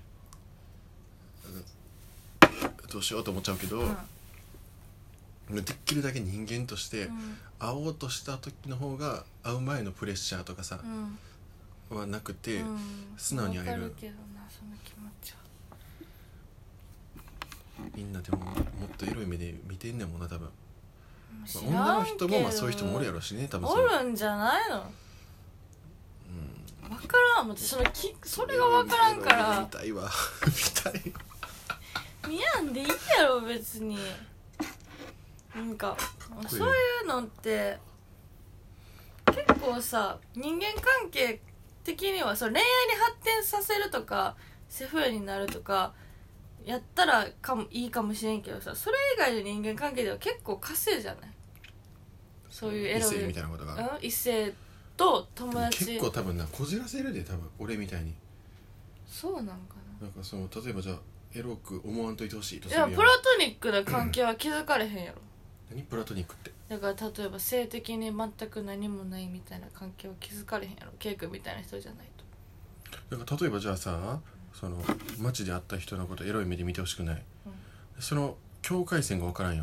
どうしようと思っちゃうけど、できるだけ人間として会おうとした時の方が会う前のプレッシャーとかさ、はなくて、素直に会える。 わかるけどな、その気持ちは。 みんなでももっとエロい目で見てんねんもんな多分。 女の人もそういう人もおるやろしね多分。 おるんじゃないの。分からんもん、それが分からんから見たいわ見たい。 見やんでいいやろ別に。なんかそういうのって結構さ、人間関係的にはそう恋愛に発展させるとかセフレになるとかやったらいいかもしれんけどさ、それ以外の人間関係では結構稼いじゃない。そういうエロい異性みたいなことが、 異性と友達結構多分なこじらせるで多分俺みたいに。 そうなんかな。 なんかその例えばじゃあエロく思わんといてほしいとするやん。 いやプラトニックな関係は気づかれへんやろ何プラトニックって。 だから例えば性的に全く何もないみたいな関係は気づかれへんやろ、ケイ君みたいな人じゃないと。 だから例えばじゃあさ、その街で会った人のことエロい目で見てほしくない、その境界線が分からんよ。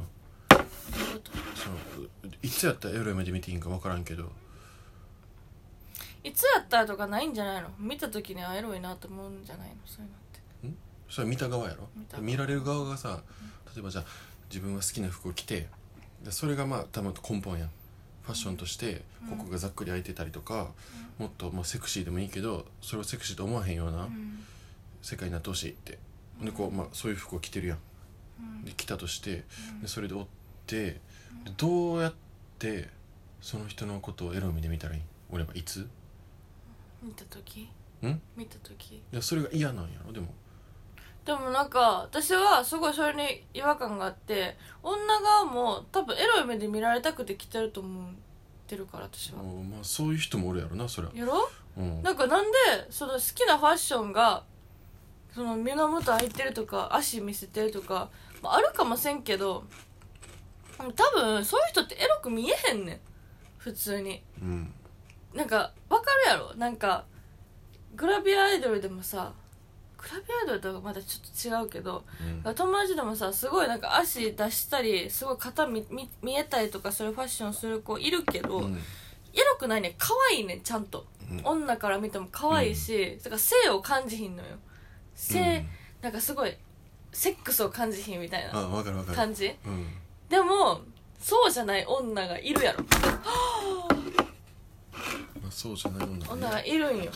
そのいつやったらエロい目で見ていいんか分からんけど、 いつやったらとかないんじゃないの？見た時にエロいなと思うんじゃないの？そういうのってそれは見た側やろ。見られる側がさ、例えばじゃあ自分は好きな服を着て、でそれがまあ多分根本やん。ファッションとしてここがざっくり開いてたりとか、もっともうセクシーでもいいけどそれをセクシーと思わへんような世界になってほしいって。でこう、まあ、そういう服を着てるやん。で着たとして、でそれで追って、でどうやってその人のことをエロい目で見たらいい？俺はいつ見た時？見た時？ いやそれが嫌なんやろ。でもなんか私はすごいそれに違和感があって、女側も多分エロい目で見られたくて着てると思ってるから、私は。 まあそういう人もおるやろな、そりゃ。 やろ？なんかなんでその好きなファッションがその胸元開いてるとか足見せてるとか、まあ、あるかもせんけど、多分そういう人ってエロく見えへんねん普通に。なんかわかるやろ。なんかグラビアアイドルでもさ、グラビアアイドルとはまたちょっと違うけど、友達でもさ、すごいなんか足出したりすごい肩見えたりとかそういうファッションする子いるけど、エロくないねん。可愛いねん、ちゃんと、女から見ても可愛いし、だから性を感じひんのよ。なんかすごいセックスを感じひんみたいな感じ。でもそうじゃない女がいるやろ。 そうじゃない女がいるんよ。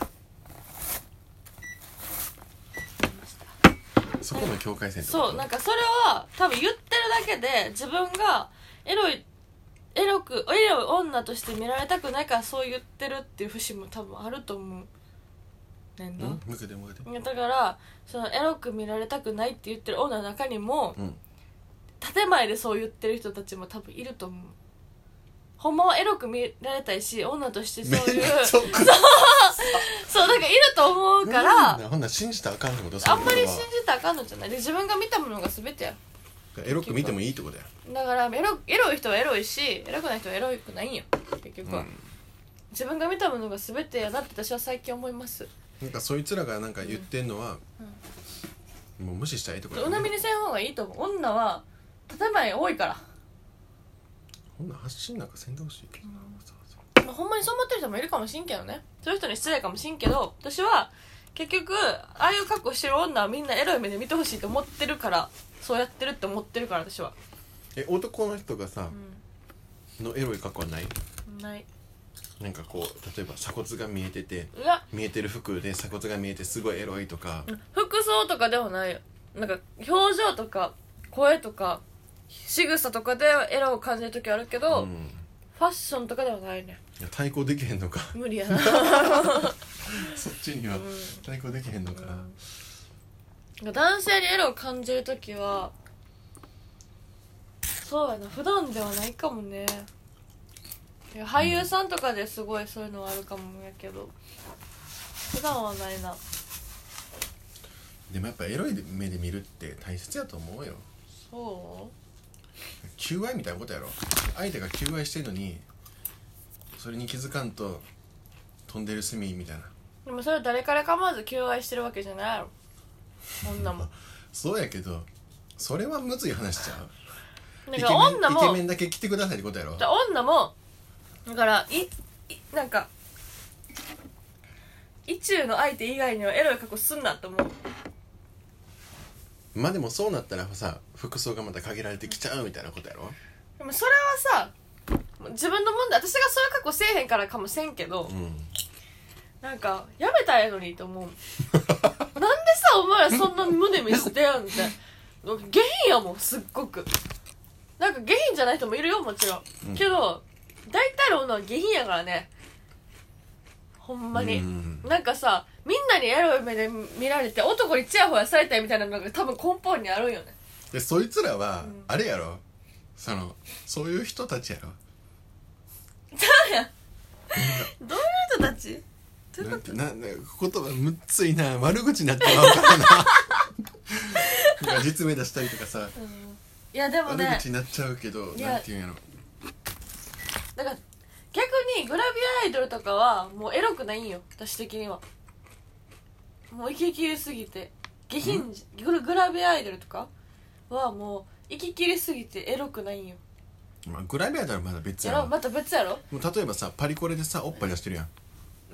そこの境界線ってこと？そう、なんかそれは多分言ってるだけで自分がエロい女として見られたくないからそう言ってるっていう節も多分あると思うねんな。だからそのエロく見られたくないって言ってる女の中にも、建前でそう言ってる人たちも多分いると思う。ほんまはエロく見られたいし、女としてそういうそうなんかいると思うから、 ほんなら信じたらあかんってこと？ あんまり信じたらあかんのじゃない。で自分が見たものが全てや。 エロく見てもいいってことや。 だからエロい人はエロいし、エロくない人はエロくないんよ結局は。自分が見たものが全てやなって私は最近思います。 なんかそいつらがなんか言ってんのは、もう無視したらいいってことだね。うなみにせん方がいいと思う。女は建前多いから。 ほんな発信なんかせんでほしいけど、 まあ、ほんまにそう思ってる人もいるかもしんけどね。そういう人に失礼かもしんけど、私は結局ああいう格好してる女はみんなエロい目で見てほしいと思ってるから、そうやってるって思ってるから。私は男の人がさ、のエロい格好はない？ ない。 なんかこう例えば鎖骨が見えてて、見えてる服で鎖骨が見えてすごいエロいとか、 服装とかではないよ。なんか表情とか声とか仕草とかでエロを感じる時あるけど、ファッションとかではないね。 いや対抗できへんのか。 無理やなそっちには対抗できへんのか。 男性にエロを感じる時はそうやな、普段ではないかもね。いや俳優さんとかですごいそういうのはあるかもやけど、普段はないな。 でもやっぱエロい目で見るって大切やと思うよ。 そう？ 求愛みたいなことやろ。相手が求愛してるのにそれに気づかんと飛んでる隅みたいな。 でもそれは誰から構わず求愛してるわけじゃないやろ女もそうやけどそれはむずい話しちゃう。 だから女もイケメンだけ来てくださいってことやろ。 女もだからなんか意中の相手以外にはエロい格好すんなと思う。 まあでもそうなったらさ、服装がまた限られてきちゃうみたいなことやろ。 でもそれはさ自分の問題。私がそういう格好せえへんからかもせんけど、なんかやめたらええのにと思うなんでさお前らそんな胸見せてやんって下品やもん。すっごくなんか下品じゃない人もいるよもちろん、けど大体の女は下品やからねほんまに。なんかさみんなにエロい目で見られて男にチヤホヤされたいみたいなのが多分根本にあるんよね。 でそいつらはあれやろ、そういう人たちやろ。 誰やどういう人たち？どういうこと？ 言葉むっついな、悪口になってまうからな実名出したりとかさ、 いやでもね悪口になっちゃうけど、なんていうんやろ。 だから逆にグラビアアイドルとかはもうエロくないんよ私的には。もう息切りすぎて下品グラビアアイドルとかはもう息切りすぎてエロくないんよ。 まあ、グラビアアイドルはまだ別やろ。 また別やろ。 もう例えばさパリコレでさおっぱい出してるやん。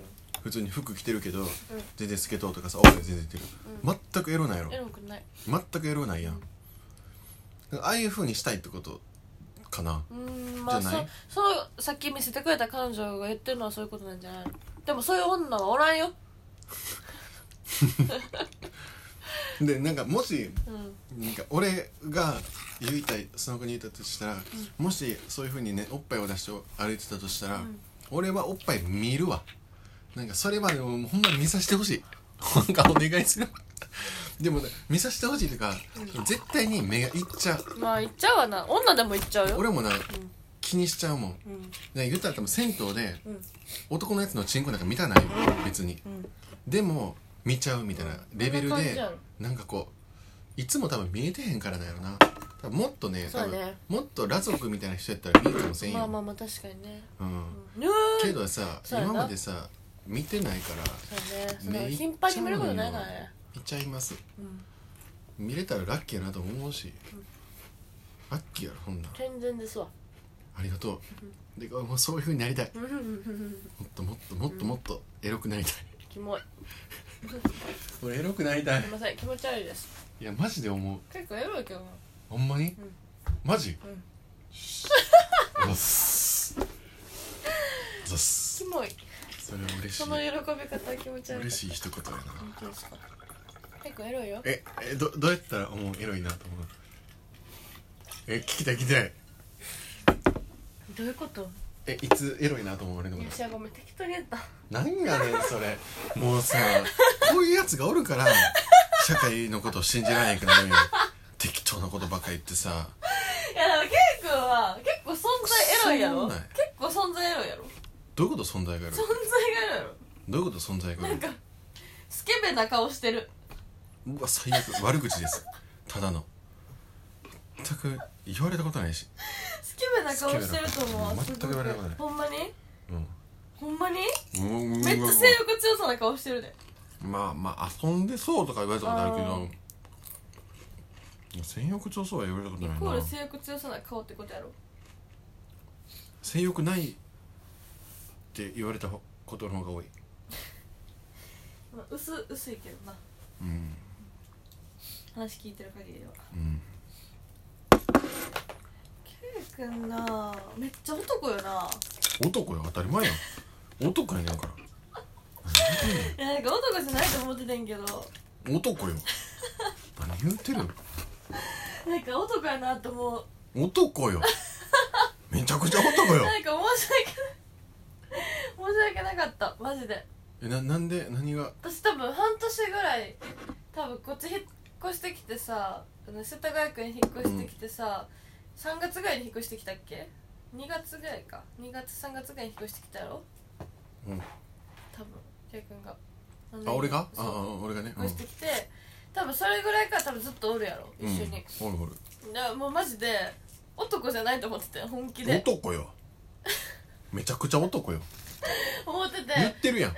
普通に服着てるけど、全然スケトウとかさ、おっぱい全然出てる、全くエロないやろ。 エロくない。 全くエロないやん、ああいう風にしたいってことかな。 まあそのさっき見せてくれた彼女が言ってるのはそういうことなんじゃないの。でもそういう女はおらんよ。 でなんかもし、なんか俺が言いたい、その子に言ったとしたら、もしそういう風にねおっぱいを出して歩いてたとしたら、俺はおっぱい見るわ。なんかそれまでもほんまに見させてほしい。なんかお願いする。でもね、見させてほしいというか、絶対に目がいっちゃう。 まあいっちゃうわな。女でもいっちゃうよ。 俺もな、気にしちゃうもん。言ったら多分銭湯で、男のやつのチンコなんか見たないよ、別に。でも見ちゃうみたいなレベルで、なんかこういつも多分見えてへんからなんやろな。多分もっとね、多分もっと裸族みたいな人やったら見るかもしれんよ。 まあ確かにね。 けどさ、今までさ見てないから、 目頻繁に見ることないからね。 見ちゃいます、見れたらラッキーやなと思うし、ラッキーやろほんな。 健全ですわ。 ありがとう。でもうそういう風になりたい。もっともっともっともっとエロくなりたい。 キモい。 俺エロくなりたい。 すいません、気持ち悪いです。 いやマジで思う。 結構エロいけどな。 ほんまに、マジ、ざっすざっす。 キモい。 それは嬉しい。 その喜び方は気持ち悪い。 嬉しい一言やな。 本当ですか。結構エロいよ。 どうやったら思うエロいなと思う。聞きたい聞きたい。 どういうこと。 いつエロいなと思う俺のこと。 いやごめん、適当にやった。 なんやねんそれ。もうさ、こういうやつがおるから社会のことを信じられへんくなるんよ。適当なことばっか言ってさ。 いやでもケイ君は結構存在エロいやろ。結構存在エロいやろ。 どういうこと存在がエロい。 存在がエロいやろ。 どういうこと存在がエロい。 なんかスケベな顔してる。 うわ最悪。悪口です。ただの全く言われたことないし。 スケベな顔してると思う。 全く言われたことない。 ほんまに。ほんまにめっちゃ性欲強そうな顔してるで。 まあ遊んでそうとか言われたことあるけど、性欲強そうは言われたことないな。 イコール性欲強そうな顔ってことやろ。 性欲ないって言われたことの方が多い。 薄いけどな。話聞いてる限りでは。ケイ君なめっちゃ男よな。 男よ、当たり前やん。男やねんから。 いやなんか男じゃないと思ってたんけど。 男よ。何言うてる。 なんか男やなと思う。 男よ。めちゃくちゃ男よ。 なんか申し訳なかったマジで。 なんで何が。 私多分半年ぐらい多分こっち引っ越してきてさ、世田谷区に引っ越してきてさ、3月ぐらいに引っ越してきたっけ。2月ぐらいか。2月3月ぐらいに引っ越してきたやろ。多分ケイ君が。 俺が俺がね。 引っ越してきて、多分それぐらいから多分ずっとおるやろ一緒に。 おる。 だからもうマジで男じゃないと思ってて、本気で。 男よ。めちゃくちゃ男よ。 思ってて。 言ってるやん。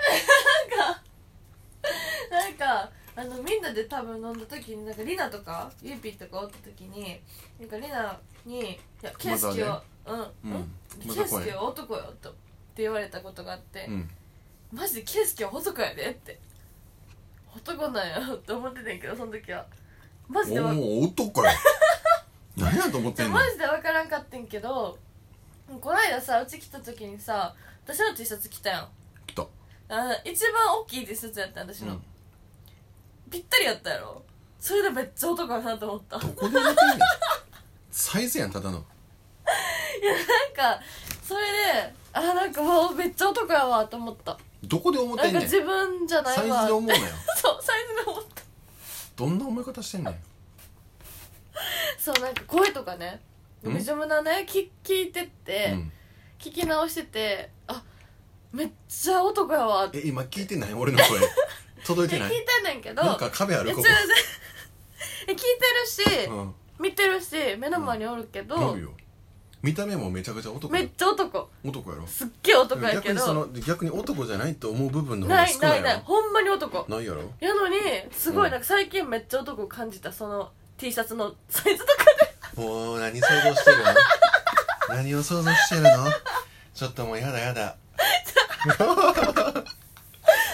なんかみんなで多分飲んだ時になんかリナとかユーピーとかおった時になんかリナに「いやケイスケはケイスケは男よ」って言われたことがあって、マジでケイスケは男やでって男なんやって思ってたんやけど、その時はマジでもう男や。何やと思ってんの。 マジで分からんかってんけど、この間さうち来た時にさ私の T シャツ着たやん。 来た。 一番大きい T シャツやった私の、ぴったりやったやろ。それでめっちゃ男やなと思った。 どこで思ってんねん。サイズやんただの。 いやなんかそれでなんかもうめっちゃ男やわと思った。 どこで思ってんねん。 なんか自分じゃないわ。 サイズで思うなよ。 そうサイズで思った。 どんな思い方してんねん。 そうなんか声とかね、めちゃめちゃね聞いてって、聞き直してて、めっちゃ男やわって。 今聞いてない俺の声。届いてない。 聞いてんねんけど、 なんか壁あるここ。 聞いてるし、見てるし目の前におるけど、 見た目もめちゃくちゃ男。 めっちゃ男やろ。 すっげえ男やけど、 逆に男じゃないと思う部分の方が少ない。 ないほんまに男ないやろ。 やのにすごいなんか最近めっちゃ男を感じた。その T シャツのサイズとかで。もう何想像してるの。何を想像してるの。ちょっともうやだ。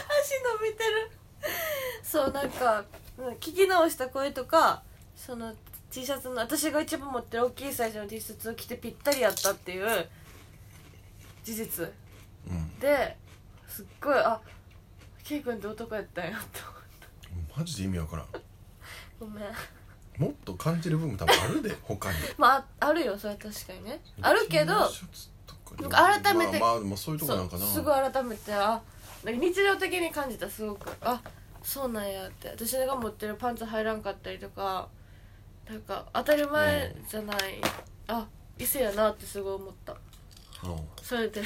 なんか聞き直した声とかその T シャツの私が一番持ってる大きいサイズの T シャツを着てぴったりやったっていう事実、ですっごいケイ君って男やったんやと思った。 マジで意味わからんごめん。 もっと感じる部分多分あるで他にまああるよそれは確かにねあるけどなんか改めてまあそういうとこなんかなすごい改めてなんか日常的に感じたすごくそうなんやって私が持ってるパンツ入らんかったりとかなんか当たり前じゃない、異性やなってすごい思った、それで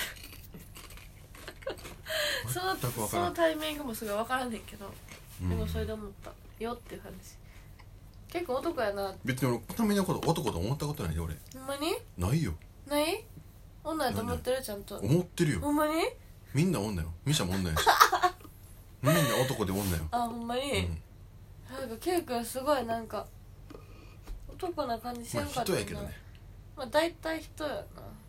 そのタイミングもすごい分からんねんけど、でもそれで思ったよっていう話。結構男やなって。 別に俺ためのこと男と思ったことないで俺。 ほんまに？ ないよ。 ない？女やと思ってる？ちゃんと思ってるよ。 ほんまに？ みんな女よ。ミシャも女やしみんな男で女よ。 ほんまに、なんかケイ君すごいなんか男な感じしんかったな。 人やけどね。 まあ大体人やな。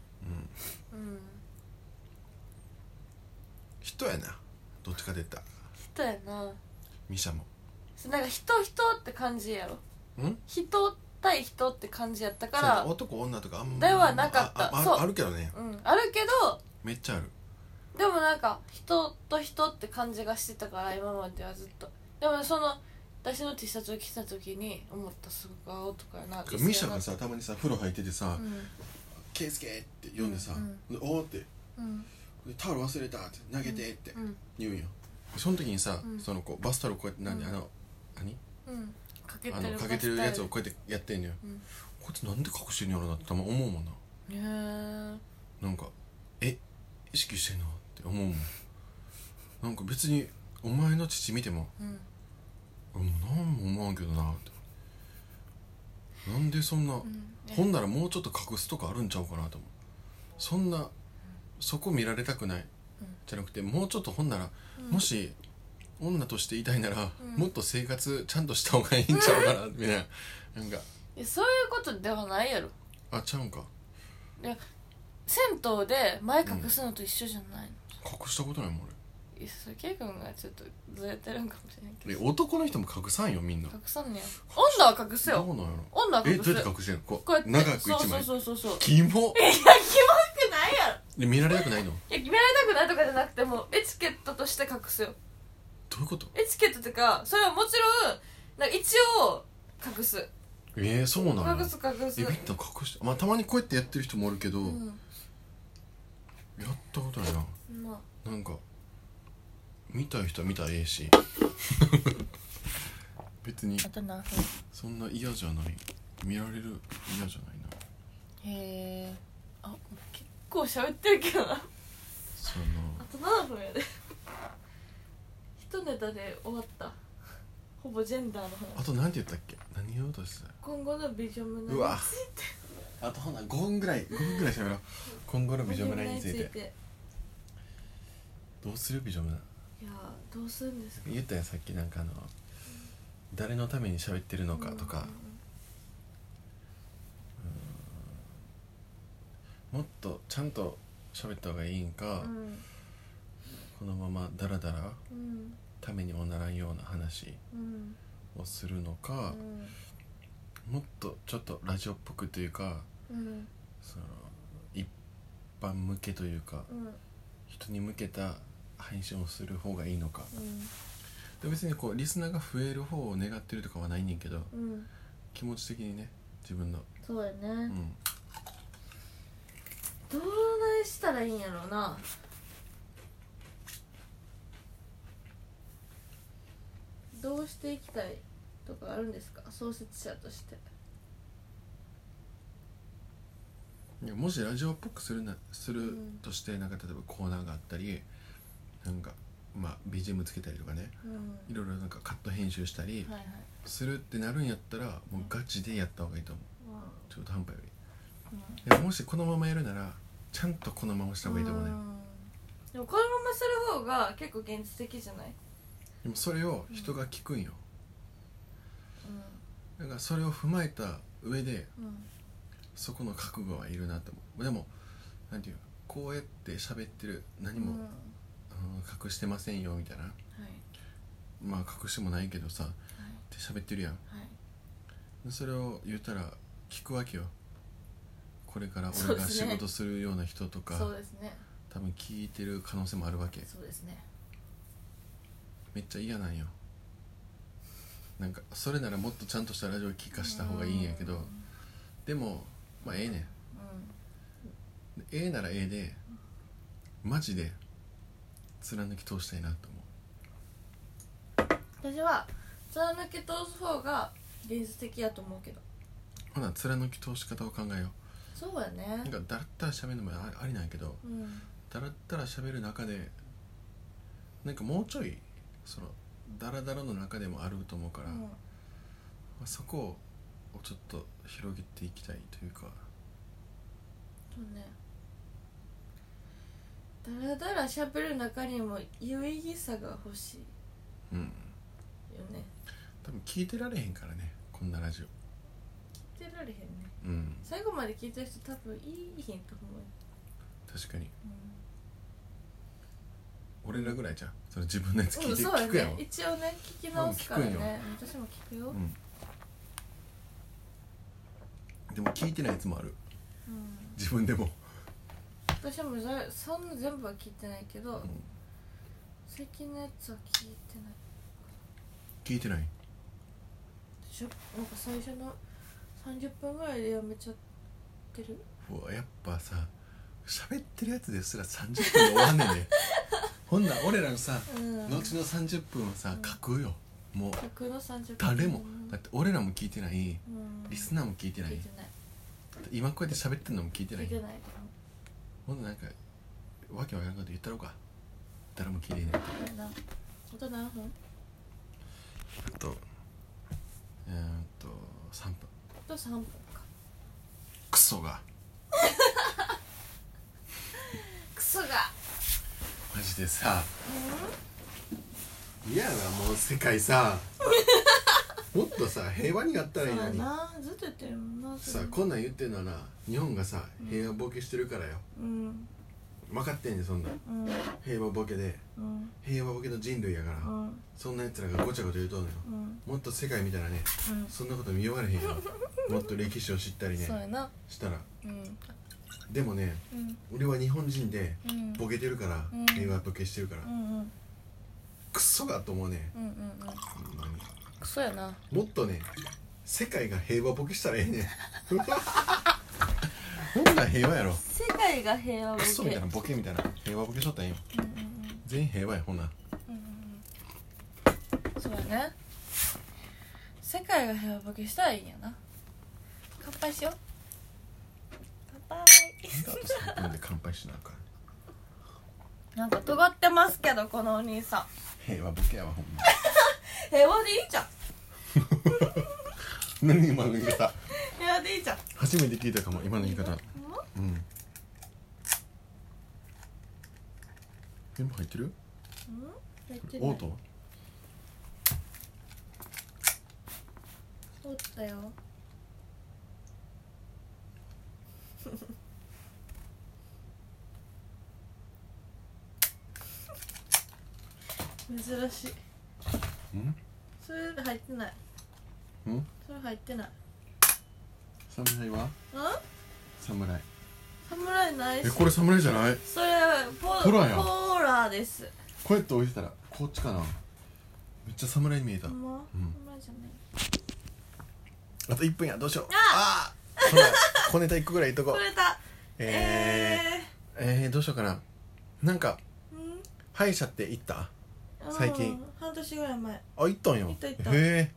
人やな。どっちかで言ったら人やな。 ミシャもなんか人って感じやろ。人対人って感じやったから男女とかあんまではなかった。 あるけどね、 あるけどめっちゃある。 でもなんか人と人って感じがしてたから今まではずっと。でもその私の T シャツを着た時に思った。すごく男やなって。 ミシャがさたまにさ風呂入っててさ「ケイスケ」って呼んでさ「おお」って「タオル忘れた」って「投げて」って言うんよ。その時にさそのバスタオルこうやって何かけてるやつをこうやってやってんのよ。こいつなんで隠してんのやろなってたま思うもんな。なんか意識してんのって思うもん。なんか別にお前の父見ても俺も何も思わんけどなって。なんでそんなほんならもうちょっと隠すとかあるんちゃうかなと思う。そんなそこ見られたくないじゃなくてもうちょっとほんならもし女としていたいならもっと生活ちゃんとした方がいいんちゃうかなみたいな。なんかそういうことではないやろ。 ちゃうんか。 いや銭湯で前隠すのと一緒じゃないの？ 隠したことないもん俺。 それケイ君がちょっとずれてるんかもしれんけど。 男の人も隠さんよみんな。 隠さんねや。女は隠すよ。 どうなんやろ。 女は隠す。 どうやって隠してんの？こうやって長く一枚。 そうキモ。 いやキモくないやろ。 で見られたくないの？ いや見られたくないとかじゃなくてもエチケットとして隠すよ。 どういうこと？ エチケットってかそれはもちろんなんか一応隠す。 そうなの？ 隠す。 みんな隠して。たまにこうやってやってる人もおるけど、やったことないな。なんか見たい人は見たらええし別にそんな嫌じゃない。見られる嫌じゃないな。 へえ。結構喋ってるけどな。 そうあと7分やで一ネタで終わった。ほぼジェンダーの話。 あと何て言ったっけ？何言おうとしてた？ 今後のビジョン村について。 うわあとほな5分ぐらい喋ろう。今後のビジョン村についてどうするビジョン村。いやどうするんですか？ 言ったやんさっき。なんか誰のために喋ってるのかとか、もっとちゃんと喋った方がいいんか、このままダラダラためにもならんような話をするのか、もっとちょっとラジオっぽくというか、その一般向けというか、人に向けた配信をする方がいいのか、で別にリスナーが増える方を願ってるとかはないねんけど、気持ち的にね自分のそうやね、どうないしたらいいんやろうな。どうしていきたいとかあるんですか、創設者として。 いやもしラジオっぽくするとして、なんか例えばコーナーがあったり、なんかBGM つけたりとかね、いろいろなんかカット編集したりするってなるんやったら、もうガチでやった方がいいと思う、中途半端より。でももしこのままやるならちゃんとこのまました方がいいと思うね。 でもこのままする方が結構現実的じゃない？ でもそれを人が聞くんよ、だからそれを踏まえた上で、そこの覚悟はいるなと思う。でもなんていう、こうやって喋ってる、何も、隠してませんよみたいな、 まあ隠しもないけどさ、って喋ってるやん、それを言ったら聞くわけよ。これから俺が仕事するような人とか、 そうですね、 多分聞いてる可能性もあるわけ。 そうですね。 めっちゃ嫌なんよ。なんかそれならもっとちゃんとしたラジオ聞かした方がいいんやけど、でもまあええねん、ええならええでマジで貫き通したいなと思う。 私は貫き通す方が現実的やと思うけど。 ほな貫き通し方を考えよう。 そうやね。 なんかだらったら喋るのもありなんやけど、だらったら喋る中でなんかもうちょいそのダラダラの中でもあると思うから、まあ、そこをちょっと広げていきたいというか。 そうね、だらだら喋る中にも有意義さが欲しいよね。 多分聞いてられへんからね、こんなラジオ聞いてられへんね、最後まで聞いてる人多分いいひんと思うよ。 確かに、俺らぐらいじゃん、その自分のやつ聞いて、 そうやね、 聞くやろ。 一応ね聞き直すからね、私も聞くよ、 でも聞いてないやつもある、自分でも。 私もそんな全部は聞いてないけど、最近のやつは聞いてない。 聞いてない？ なんか最初の30分ぐらいでやめちゃってる。 うわ、やっぱさ喋ってるやつですら30分で終わんねんねほんなら俺らのさ、後の30分はさ書くよ、もう 100の30分誰も、だって俺らも聞いてない、リスナーも聞いてない、今こうやって喋ってんのも聞いてない、ほんならなんかわけわからんこと言ったろうか、誰も聞いていない。 あと何分？ あと3分。 あと3分か。 クソがクソがマジでさ、嫌やな、もう世界さもっとさ平和になったらいいのに。 ずっと言ってるもんな。 さあこんなん言ってんのはな、日本がさ平和ボケしてるからよ、分かってんねん、そんな、平和ボケで、平和ボケの人類やから、そんなやつらがごちゃごちゃ言うとんのよ、もっと世界見たらね、そんなこと見よがれへんよもっと歴史を知ったりねしたら、でもね、俺は日本人でボケてるから、平和ボケしてるから、クソがと思うね、 クソやな。 もっとね世界が平和ボケしたらええねんほんなん平和やろ。 世界が平和ボケ、 クソみたいなボケみたいな平和ボケしとったらええよ、全員平和や、ほんなん、 そうやね、世界が平和ボケしたらいいんやな。乾杯しよう。乾杯。 あと3分で乾杯しなあかん。 なんか尖ってますけどこのお兄さん。 平和ボケやわほんま平和でいいじゃん何今の言い方。 平和でいいじゃん。 初めて聞いたかも今の言い方。全部入ってる？ 入ってない。 オート？ そうだよ珍しい。それ入ってない。それ入ってない。 侍は？侍。 侍ないし。 これ侍じゃない？ それポラや。 ポラです。 こうやって置いてたらこっちかな。めっちゃ侍に見えた。 侍じゃない。 あと1分や、どうしよう。ああほら小ネタ1個ぐらいいっとこう。 小ネタどうしようかな。なんか歯医者って行った？最近。 半年ぐらい前。 あ、行ったんよ。 行った。へえ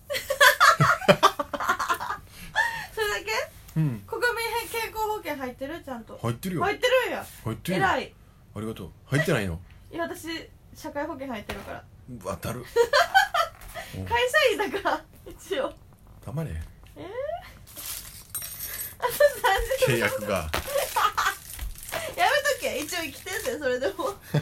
それだけ？国民健康保険入ってる？ちゃんと入ってるよ。 入ってるんや。 入ってるよ。 偉い。 ありがとう。入ってないの？ いや、私社会保険入ってるから。 当たる会社員だから一応。 黙れ。 あと30分契約がやめとけ。一応生きてんだよ、それでも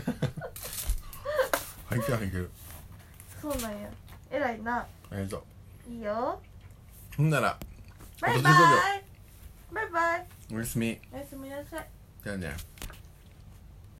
入ってないけど。 そうなんや。偉いな。 ありがとう。いいよ。 ほんならバイバイ。バイバイ。 おやすみ。 おやすみなさい。 じゃあね。